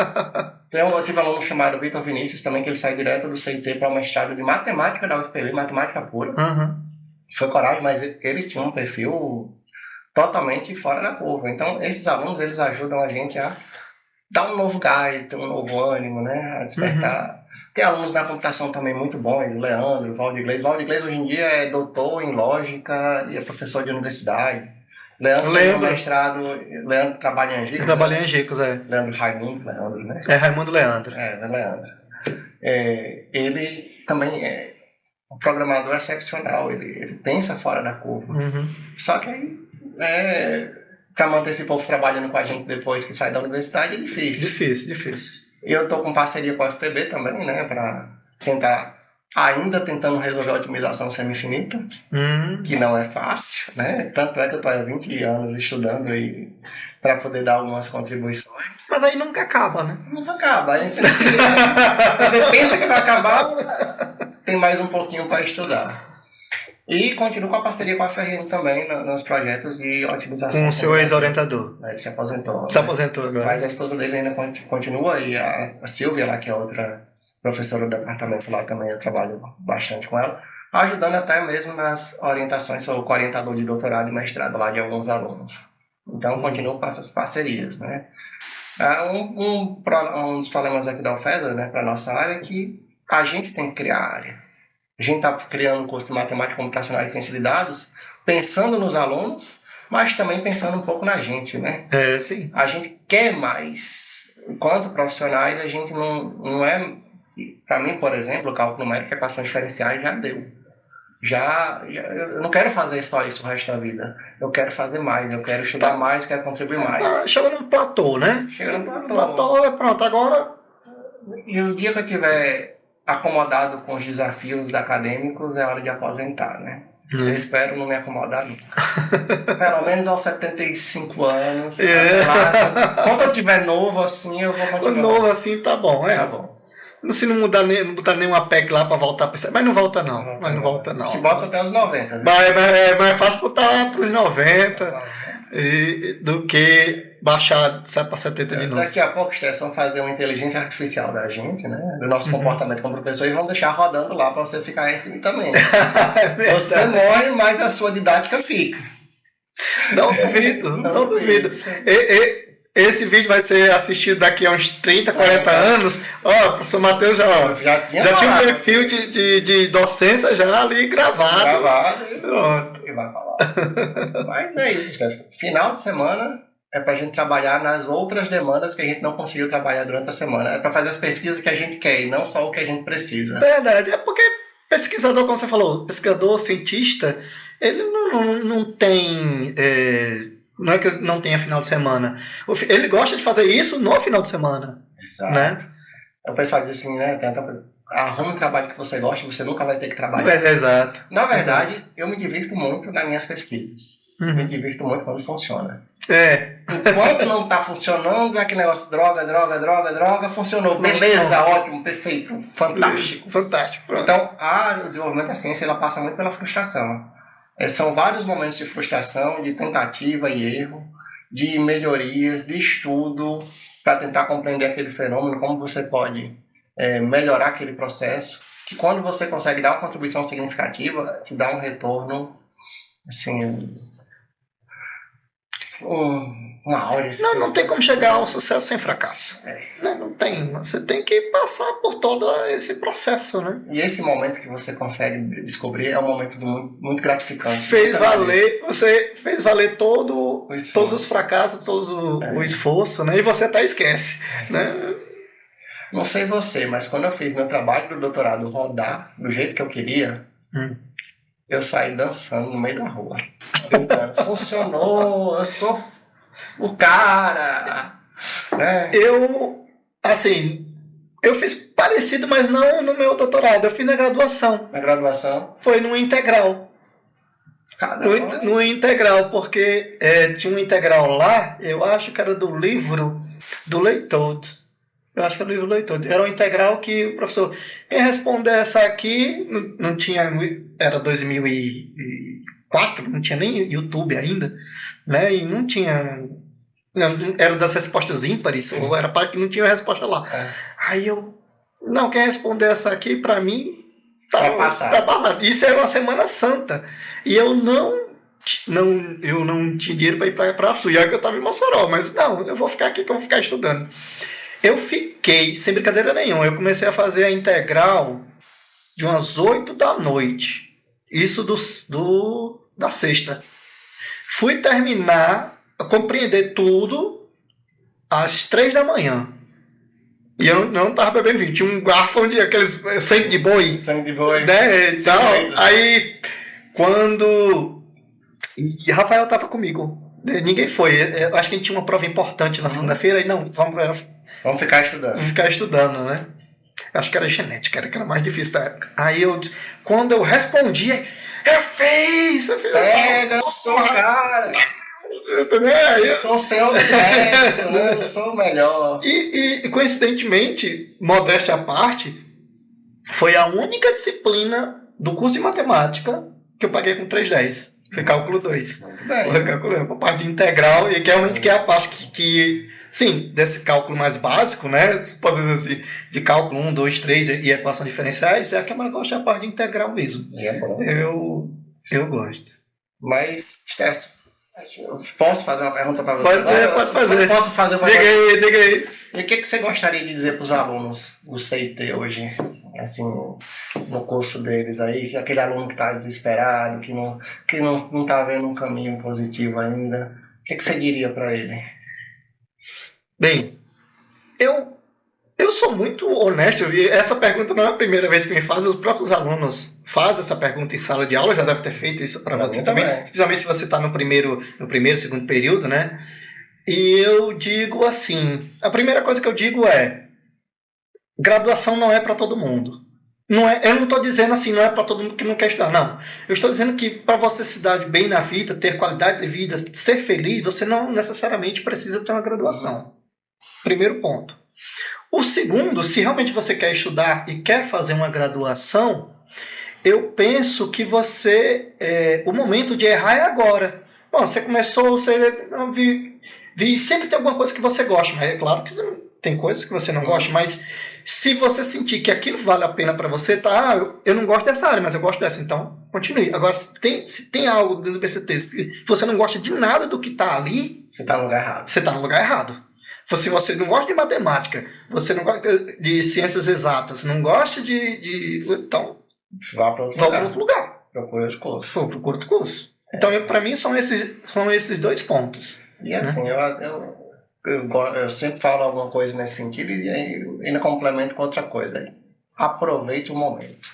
Eu tive um aluno chamado Vitor Vinícius também, que ele saiu direto do CIT para o mestrado de matemática da UFPB, matemática pura. Foi coragem, mas ele tinha um perfil totalmente fora da curva. Então, esses alunos, eles ajudam a gente a dar um novo gás, ter um novo ânimo, né? A despertar. Tem alunos na computação também muito bons, Leandro, Valdir Iglesias hoje em dia é doutor em lógica e é professor de universidade. Leandro tem um mestrado, Leandro trabalha em Angicos. Eu trabalho em Angicos, Leandro Raimundo, né? Raimundo Leandro. Leandro. Ele também é um programador excepcional, ele pensa fora da curva. Só que aí, para manter esse povo trabalhando com a gente depois que sai da universidade é difícil. Difícil. E eu estou com parceria com a FPB também, né, para ainda tentando resolver a otimização semi-infinita, que não é fácil, né? Tanto é que eu estou há 20 anos estudando aí para poder dar algumas contribuições. Mas aí nunca acaba, né? Nunca acaba. Aí você pensa que vai acabar, tem mais um pouquinho para estudar. E continuo com a parceria com a FRN também nos projetos de otimização. Com o seu ex-orientador. Ele se aposentou. Se aposentou agora. Mas a esposa dele ainda continua, e a Silvia lá, que é outra professora do departamento lá também, eu trabalho bastante com ela, ajudando até mesmo nas orientações, sou co-orientador de doutorado e mestrado lá de alguns alunos. Então, continuo com essas parcerias, né? Um dos problemas aqui da UFESA, né, para a nossa área, é que a gente tem que criar a área. A gente está criando um curso de matemática computacional e ciência de dados, pensando nos alunos, mas também pensando um pouco na gente, né? Sim. A gente quer mais. Enquanto profissionais, a gente não é... Para mim, por exemplo, o cálculo numérico e equações diferenciais já deu. Eu não quero fazer só isso o resto da vida. Eu quero fazer mais, eu quero estudar mais, quero contribuir mais. Chega num platô, né? Chega no platô. Platô, pronto, agora... E o dia que eu tiver acomodado com os desafios acadêmicos, é hora de aposentar, né? Eu espero não me acomodar nunca. Pelo menos aos 75 anos. Quando eu tiver novo assim, eu vou continuar. Novo assim tá bom, Tá bom. Se não botar nenhuma PEC lá pra voltar pra... Mas não volta não. Mas não volta não. Que volta até os 90. Né? É mais fácil botar pros 90 do que baixar pra 70 de novo. Daqui a pouco, Stefan, vão fazer uma inteligência artificial da gente, né? Do nosso comportamento como professor, e vão deixar rodando lá pra você ficar infinitamente. Você morre, mas a sua didática fica. Não duvido, não duvido. Esse vídeo vai ser assistido daqui a uns 30, 40 anos. Ó, o professor Matheus já tinha um perfil de docência já ali gravado. Pronto. E vai falar. Mas é isso, Stefan. Final de semana é pra gente trabalhar nas outras demandas que a gente não conseguiu trabalhar durante a semana. É pra fazer as pesquisas que a gente quer e não só o que a gente precisa. Verdade. É porque pesquisador, como você falou, pesquisador, cientista, ele não tem... Não é que não tenha final de semana. Ele gosta de fazer isso no final de semana. Exato. Né? O pessoal diz assim, né? Arruma um trabalho que você gosta, você nunca vai ter que trabalhar. Exato. Na verdade, eu me divirto muito nas minhas pesquisas. Me divirto muito quando funciona. Enquanto não está funcionando, é aquele negócio droga, funcionou. Beleza, ótimo, perfeito, fantástico. Fantástico. Então, o desenvolvimento da ciência ela passa muito pela frustração. São vários momentos de frustração, de tentativa e erro, de melhorias, de estudo, para tentar compreender aquele fenômeno, como você pode melhorar aquele processo, que quando você consegue dar uma contribuição significativa, te dá um retorno, assim, uma aura. Não tem como chegar ao sucesso sem fracasso. Não tem. Você tem que passar por todo esse processo, né? E esse momento que você consegue descobrir é um momento muito gratificante. Você fez valer todos os fracassos, todo o esforço, né? E você até esquece, né? Não sei você, mas quando eu fiz meu trabalho do doutorado rodar do jeito que eu queria, eu saí dançando no meio da rua. Funcionou, eu sou o cara. Né? Eu fiz parecido, mas não no meu doutorado. Eu fiz na graduação. Na graduação? Foi no integral. No integral, porque tinha um integral lá, eu acho que era do livro do Leitão. Eu acho que era o livro do Leitão. Era um integral que o professor... Quem responder essa aqui, não tinha... Era 2004, não tinha nem YouTube ainda, né? E não tinha... Era das respostas ímpares, ou era para que não tinha resposta lá. Aí eu... Não, quem responder essa aqui, para mim... Tá passado. Isso era uma Semana Santa. E eu não tinha dinheiro para ir para a Sul. E aí que eu estava em Mossoró. Mas não, eu vou ficar aqui que eu vou ficar estudando. Eu fiquei, sem brincadeira nenhuma, eu comecei a fazer a integral de umas 8 da noite. Isso da sexta. Fui terminar, compreender tudo às 3 da manhã. E eu não estava bebendo vinho. Tinha um garfo de aqueles sangue de boi. Sangue de boi. Né? Então, aí, quando... E Rafael estava comigo. Ninguém foi. Eu acho que a gente tinha uma prova importante na segunda-feira. E não, vamos ficar estudando. Vamos ficar estudando, né? Acho que era genética, que era mais difícil da época. Aí quando eu respondi, eu fiz. Pega, eu sou o cara. Eu sou o senhor do universo, né? Eu sou o melhor. E coincidentemente, modéstia à parte, foi a única disciplina do curso de matemática que eu paguei com 3,10. Foi cálculo 2. Muito bem. Eu calculei a parte de integral, e que realmente que é a parte que sim, desse cálculo mais básico, né? Pode dizer assim, de cálculo 1, 2, 3 e equações diferenciais, é a que eu mais gosto, é a parte de integral mesmo. É bom. Eu gosto. Mas, Stefan, posso fazer uma pergunta para você? Pode fazer. Posso fazer uma pergunta? Diga aí. E o que você gostaria de dizer para os alunos do CIT hoje? assim, no curso deles aí, aquele aluno que está desesperado, que não está vendo um caminho positivo ainda, o que você diria para ele? Bem, eu sou muito honesto, e essa pergunta não é a primeira vez que me fazem, os próprios alunos fazem essa pergunta em sala de aula, já deve ter feito isso para você também, principalmente se você está no primeiro, segundo período, né? E eu digo assim, a primeira coisa que eu digo é, graduação não é para todo mundo. Não é, eu não estou dizendo assim, não é para todo mundo que não quer estudar, não. Eu estou dizendo que para você se dar bem na vida, ter qualidade de vida, ser feliz, você não necessariamente precisa ter uma graduação. Primeiro ponto. O segundo, se realmente você quer estudar e quer fazer uma graduação, eu penso que o momento de errar é agora. Bom, você começou, sempre tem alguma coisa que você gosta, mas é claro que tem coisas que você não gosta, mas se você sentir que aquilo vale a pena para você, eu não gosto dessa área, mas eu gosto dessa, então continue. Agora, se tem algo dentro do PCT, se você não gosta de nada do que está ali, você está no lugar errado. Você está no lugar errado. Se você não gosta de matemática, você não gosta de ciências exatas, não gosta então, vá para outro lugar. Procura outro curso. Procura outro curso. Então, para mim, são esses dois pontos. E assim, né? eu sempre falo alguma coisa nesse sentido e ainda complemento com outra coisa. Aproveite o momento.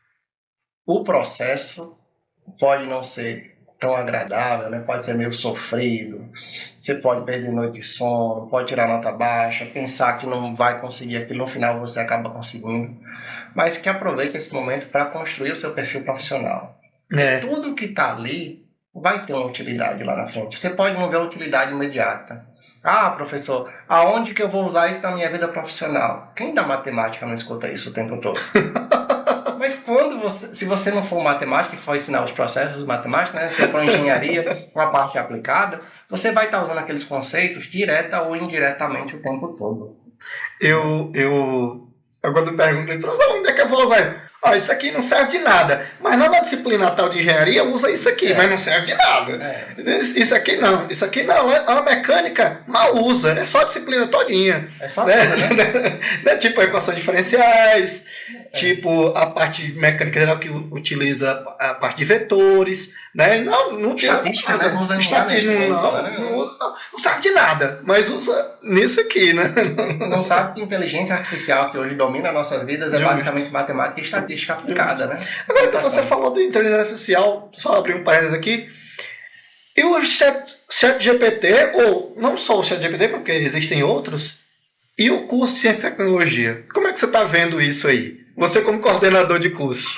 O processo pode não ser tão agradável, né? Pode ser meio sofrido, você pode perder noite de sono, pode tirar nota baixa, pensar que não vai conseguir aquilo, no final você acaba conseguindo, mas que aproveite esse momento para construir o seu perfil profissional. Tudo que está ali vai ter uma utilidade lá na frente. Você pode não ver a utilidade imediata. Professor, aonde que eu vou usar isso na minha vida profissional? Quem da matemática não escuta isso o tempo todo? Mas se você não for matemática, que for ensinar os processos matemáticos, né, se for engenharia, uma parte aplicada, você vai estar usando aqueles conceitos direta ou indiretamente o tempo todo. Eu quando perguntei para os alunos, onde é que eu vou usar isso? Isso aqui não serve de nada. Mas na disciplina tal de engenharia, usa isso aqui, mas não serve de nada. Isso aqui não. Isso aqui não. A mecânica mal usa. É só a disciplina todinha. É só né? Né? Tipo equações diferenciais, tipo a parte mecânica geral que utiliza a parte de vetores. Né? Não estatística, né? Não usa estatística, não serve de nada. Mas usa nisso aqui, né? Não sabe que inteligência artificial que hoje domina nossas vidas é basicamente matemática e estatística aplicada, né? Agora que você falou do inteligência artificial, só abrir um parênteses aqui, e o ChatGPT, ou não só o ChatGPT, porque existem outros, e o curso de Ciência e Tecnologia, como é que você está vendo isso aí? Você como coordenador de curso.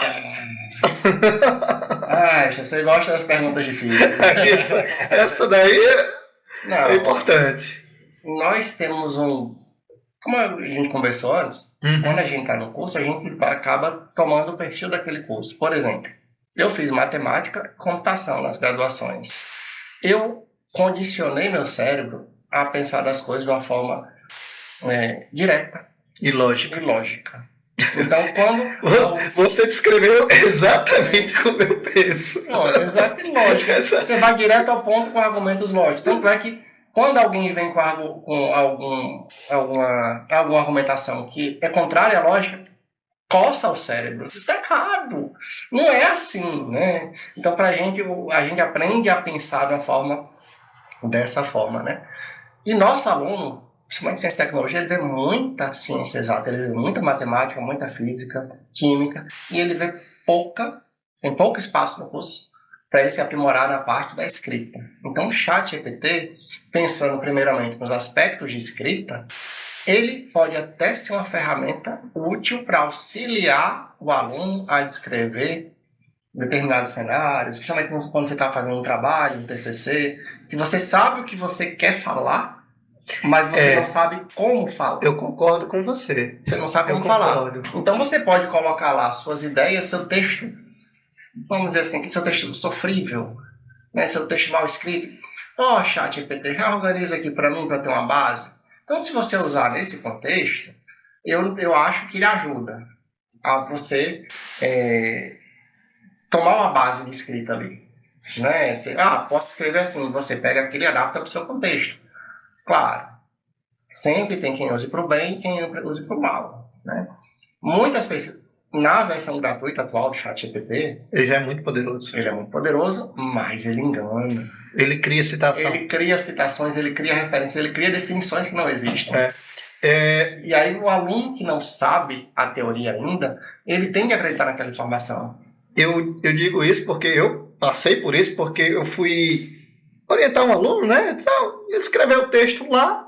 Você gosta das perguntas difíceis. Essa daí é importante. Nós temos como a gente conversou antes, quando a gente está no curso, a gente acaba tomando o perfil daquele curso. Por exemplo, eu fiz matemática e computação nas graduações. Eu condicionei meu cérebro a pensar das coisas de uma forma direta e lógica. Então, quando... Você descreveu exatamente como eu penso. Exato e lógica. Você vai direto ao ponto com argumentos lógicos. Tanto é que quando alguém vem com alguma argumentação que é contrária à lógica, coça o cérebro. Isso está errado. Não é assim, né? Então, a gente aprende a pensar dessa forma, né? E nosso aluno, principalmente ciência e tecnologia, ele vê muita ciência exata, ele vê muita matemática, muita física, química, e ele vê tem pouco espaço no curso para ele se aprimorar na parte da escrita. Então, o ChatGPT, pensando primeiramente nos aspectos de escrita, ele pode até ser uma ferramenta útil para auxiliar o aluno a descrever determinados cenários, principalmente quando você está fazendo um trabalho, um TCC, que você sabe o que você quer falar, mas você não sabe como falar. Eu concordo com você. Você não sabe como falar. Então, você pode colocar lá suas ideias, seu texto, vamos dizer assim, que seu texto sofrível, né, seu texto mal escrito. ChatGPT, reorganiza aqui para mim, para ter uma base. Então, se você usar nesse contexto, eu acho que ele ajuda a você tomar uma base de escrita ali. Né? Posso escrever assim, você pega aquilo e adapta para o seu contexto. Claro, sempre tem quem use para o bem e quem use para o mal. Né? Muitas na versão gratuita atual do ChatGPT, Ele já é muito poderoso. ele é muito poderoso, mas ele engana. Ele cria citação. Ele cria citações, ele cria referências, ele cria definições que não existem. E aí o aluno que não sabe a teoria ainda, ele tem que acreditar naquela informação. Eu digo isso porque eu passei por isso, porque eu fui orientar um aluno, né? Então, ele escreveu o texto lá,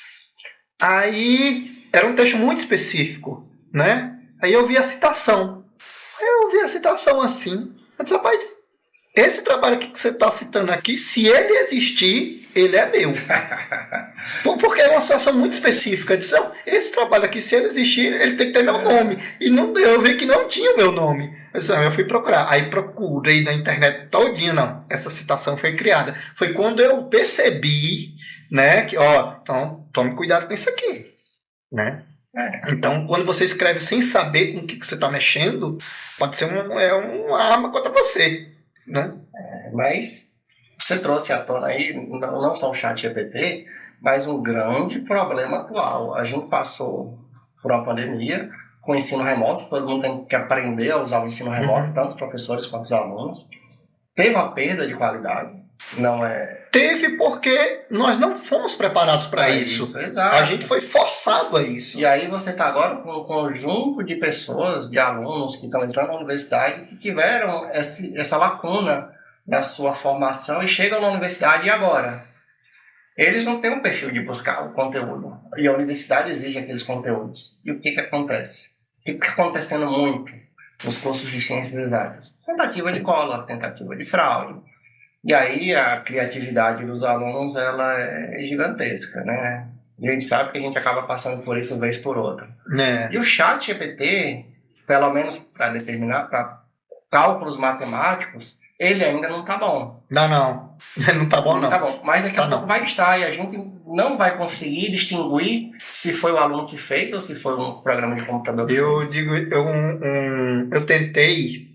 aí era um texto muito específico, né? Aí eu vi a citação. Assim. Eu disse, rapaz, esse trabalho aqui que você está citando aqui, se ele existir, ele é meu. Porque é uma situação muito específica. Eu disse, esse trabalho aqui, se ele existir, ele tem que ter meu nome. E não, eu vi que não tinha o meu nome. Eu fui procurar. Aí procurei na internet todinha, não. Essa citação foi criada. Foi quando eu percebi, né, que, então, tome cuidado com isso aqui, né? Então, quando você escreve sem saber com o que você está mexendo, pode ser uma arma contra você, né? Mas você trouxe à tona aí, não só o ChatGPT, mas um grande problema atual. A gente passou por uma pandemia com o ensino remoto, todo mundo tem que aprender a usar o ensino remoto, tanto os professores quanto os alunos. Teve uma perda de qualidade, não é... Teve porque nós não fomos preparados para isso. Exato. A gente foi forçado a isso. E aí você está agora com um conjunto de pessoas, de alunos que estão entrando na universidade, que tiveram essa lacuna na sua formação e chegam na universidade e agora? Eles não têm um perfil de buscar o conteúdo. E a universidade exige aqueles conteúdos. E o que acontece? O que está acontecendo muito nos cursos de ciências exatas? Tentativa de cola, tentativa de fraude. E aí a criatividade dos alunos ela é gigantesca, né? E a gente sabe que a gente acaba passando por isso vez por outra. E o ChatGPT, pelo menos para cálculos matemáticos, ele ainda não está bom. Não. Ele não está bom, não. Tá bom, mas daqui a pouco vai estar e a gente não vai conseguir distinguir se foi o aluno que fez ou se foi um programa de computador que fez. Eu tentei...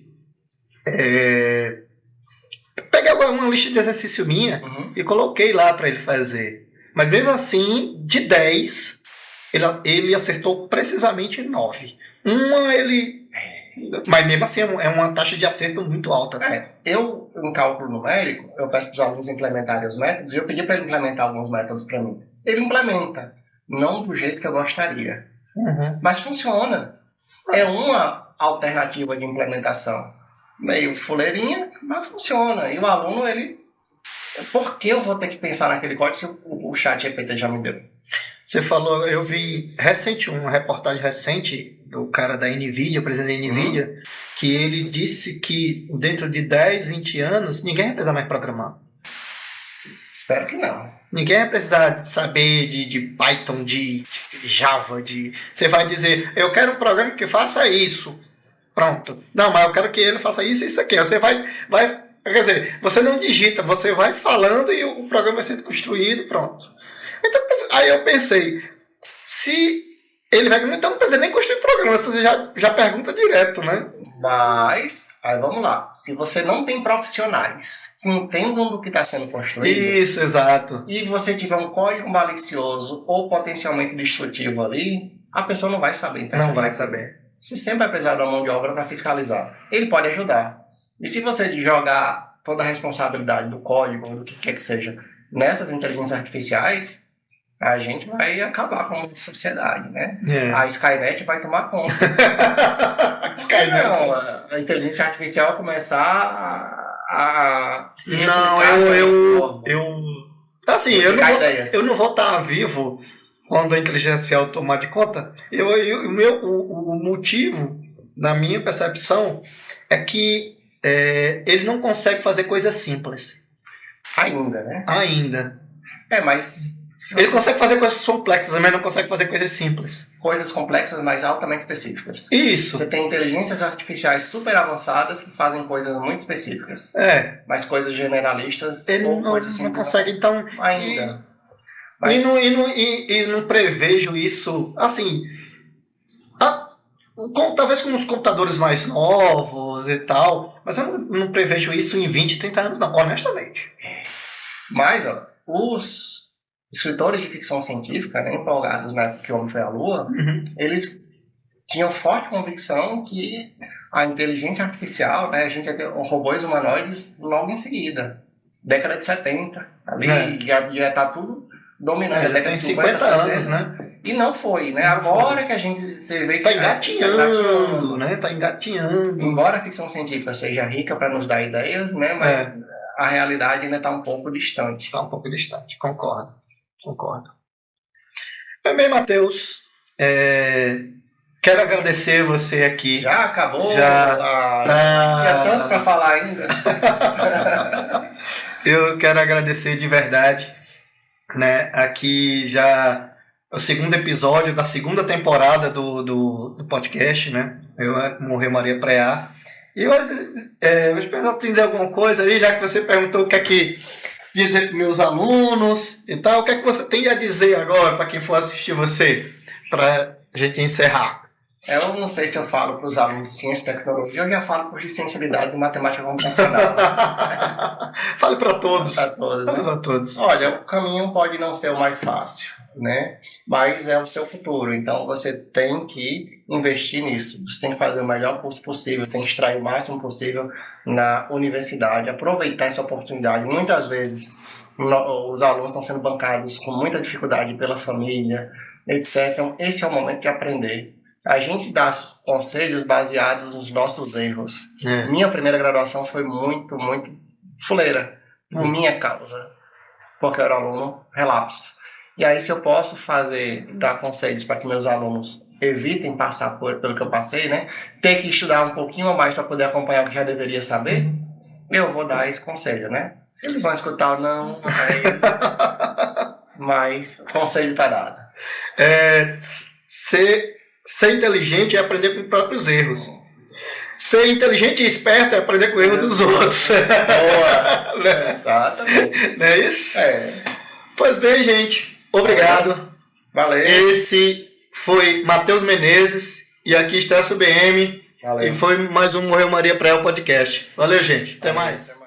Peguei uma lista de exercício minha e coloquei lá para ele fazer. Mas mesmo assim, de 10, ele acertou precisamente 9. Mas mesmo assim é uma taxa de acerto muito alta. Eu, em cálculo numérico, eu peço para os alunos implementarem os métodos e eu pedi para ele implementar alguns métodos para mim. Ele implementa, não do jeito que eu gostaria. Mas funciona. É uma alternativa de implementação. Meio fuleirinha, mas funciona. E o aluno, por que eu vou ter que pensar naquele código se o ChatGPT já me deu? Você falou, eu vi uma reportagem recente do cara da NVIDIA, o presidente da NVIDIA, que ele disse que dentro de 10, 20 anos, ninguém vai precisar mais programar. Espero que não. Ninguém vai precisar de saber de Python, de Java, Você vai dizer, eu quero um programa que faça isso. Pronto. Não, mas eu quero que ele faça isso e isso aqui. Você vai... Quer dizer, você não digita, você vai falando e o programa vai sendo construído, pronto. Então, aí eu pensei, se ele vai... Então não precisa nem construir programa, você já pergunta direto, né? Mas, aí vamos lá. Se você não tem profissionais que entendam do que está sendo construído... Isso, exato. E você tiver um código malicioso ou potencialmente destrutivo ali, a pessoa não vai saber. Não vai saber. Você sempre vai precisar de uma mão de obra para fiscalizar. Ele pode ajudar. E se você jogar toda a responsabilidade do código, ou do que quer que seja, nessas inteligências artificiais, a gente vai acabar com a sociedade, né? A Skynet vai tomar conta. A inteligência artificial vai começar a se eu não vou estar vivo quando a inteligência artificial tomar de conta. O motivo, na minha percepção, é que ele não consegue fazer coisas simples. Ainda, né? Ainda. Mas... Ele consegue fazer coisas complexas, mas não consegue fazer coisas simples. Coisas complexas, mas altamente específicas. Isso. Você tem inteligências artificiais super avançadas que fazem coisas muito específicas. Mas coisas generalistas ele ou coisas simples. Não consegue, então... Ainda. E não prevejo isso, assim... Talvez com os computadores mais novos e tal, mas eu não prevejo isso em 20, 30 anos, não, honestamente. Mas, os escritores de ficção científica, né, empolgados na época que o Homem foi à Lua, eles tinham forte convicção que a inteligência artificial, né, a gente ia ter robôs humanoides logo em seguida. Década de 70, ali já tá tudo dominando. Já tem 50 anos, né? E não foi, né? Agora que a gente vê que tá engatinhando, né? Tá engatinhando. Embora a ficção científica seja rica para nos dar ideias, né? Mas a realidade ainda está um pouco distante. Está um pouco distante, concordo. Bem, Matheus, quero agradecer você aqui. Já acabou? Tinha tanto para falar ainda. Eu quero agradecer de verdade, né? Aqui já o segundo episódio da segunda temporada do podcast, né? Morreu Maria Preá. E hoje eu dizer alguma coisa aí, já que você perguntou o que é que dizer para meus alunos e tal, o que é que você tem a dizer agora para quem for assistir você, para a gente encerrar? Eu não sei se eu falo para os alunos de ciência e tecnologia, eu já falo para os de ciência de dados e matemática computacional. Fale para todos. Para todos, né? Fale para todos. Olha, o caminho pode não ser o mais fácil, né? Mas é o seu futuro, então você tem que investir nisso. Você tem que fazer o melhor curso possível, tem que extrair o máximo possível na universidade, aproveitar essa oportunidade. Muitas vezes os alunos estão sendo bancados com muita dificuldade pela família, etc. Então, esse é o momento de aprender. A gente dá conselhos baseados nos nossos erros. Minha primeira graduação foi muito fuleira, por minha causa, porque eu era aluno relapso. E aí, se eu posso dar conselhos para que meus alunos evitem passar pelo que eu passei, né? Ter que estudar um pouquinho a mais para poder acompanhar o que já deveria saber, eu vou dar esse conselho, né? Se eles vão escutar ou não, mas o conselho está dado. Ser inteligente é aprender com os próprios erros. Ser inteligente e esperto é aprender com o erro dos outros. Boa! Né? Exatamente. Não é isso? Pois bem, gente. Obrigado. Valeu. Esse foi Matheus Menezes e aqui está a SUBM. Valeu. E foi mais um Morreu Maria Preá podcast. Valeu, gente. Até mais.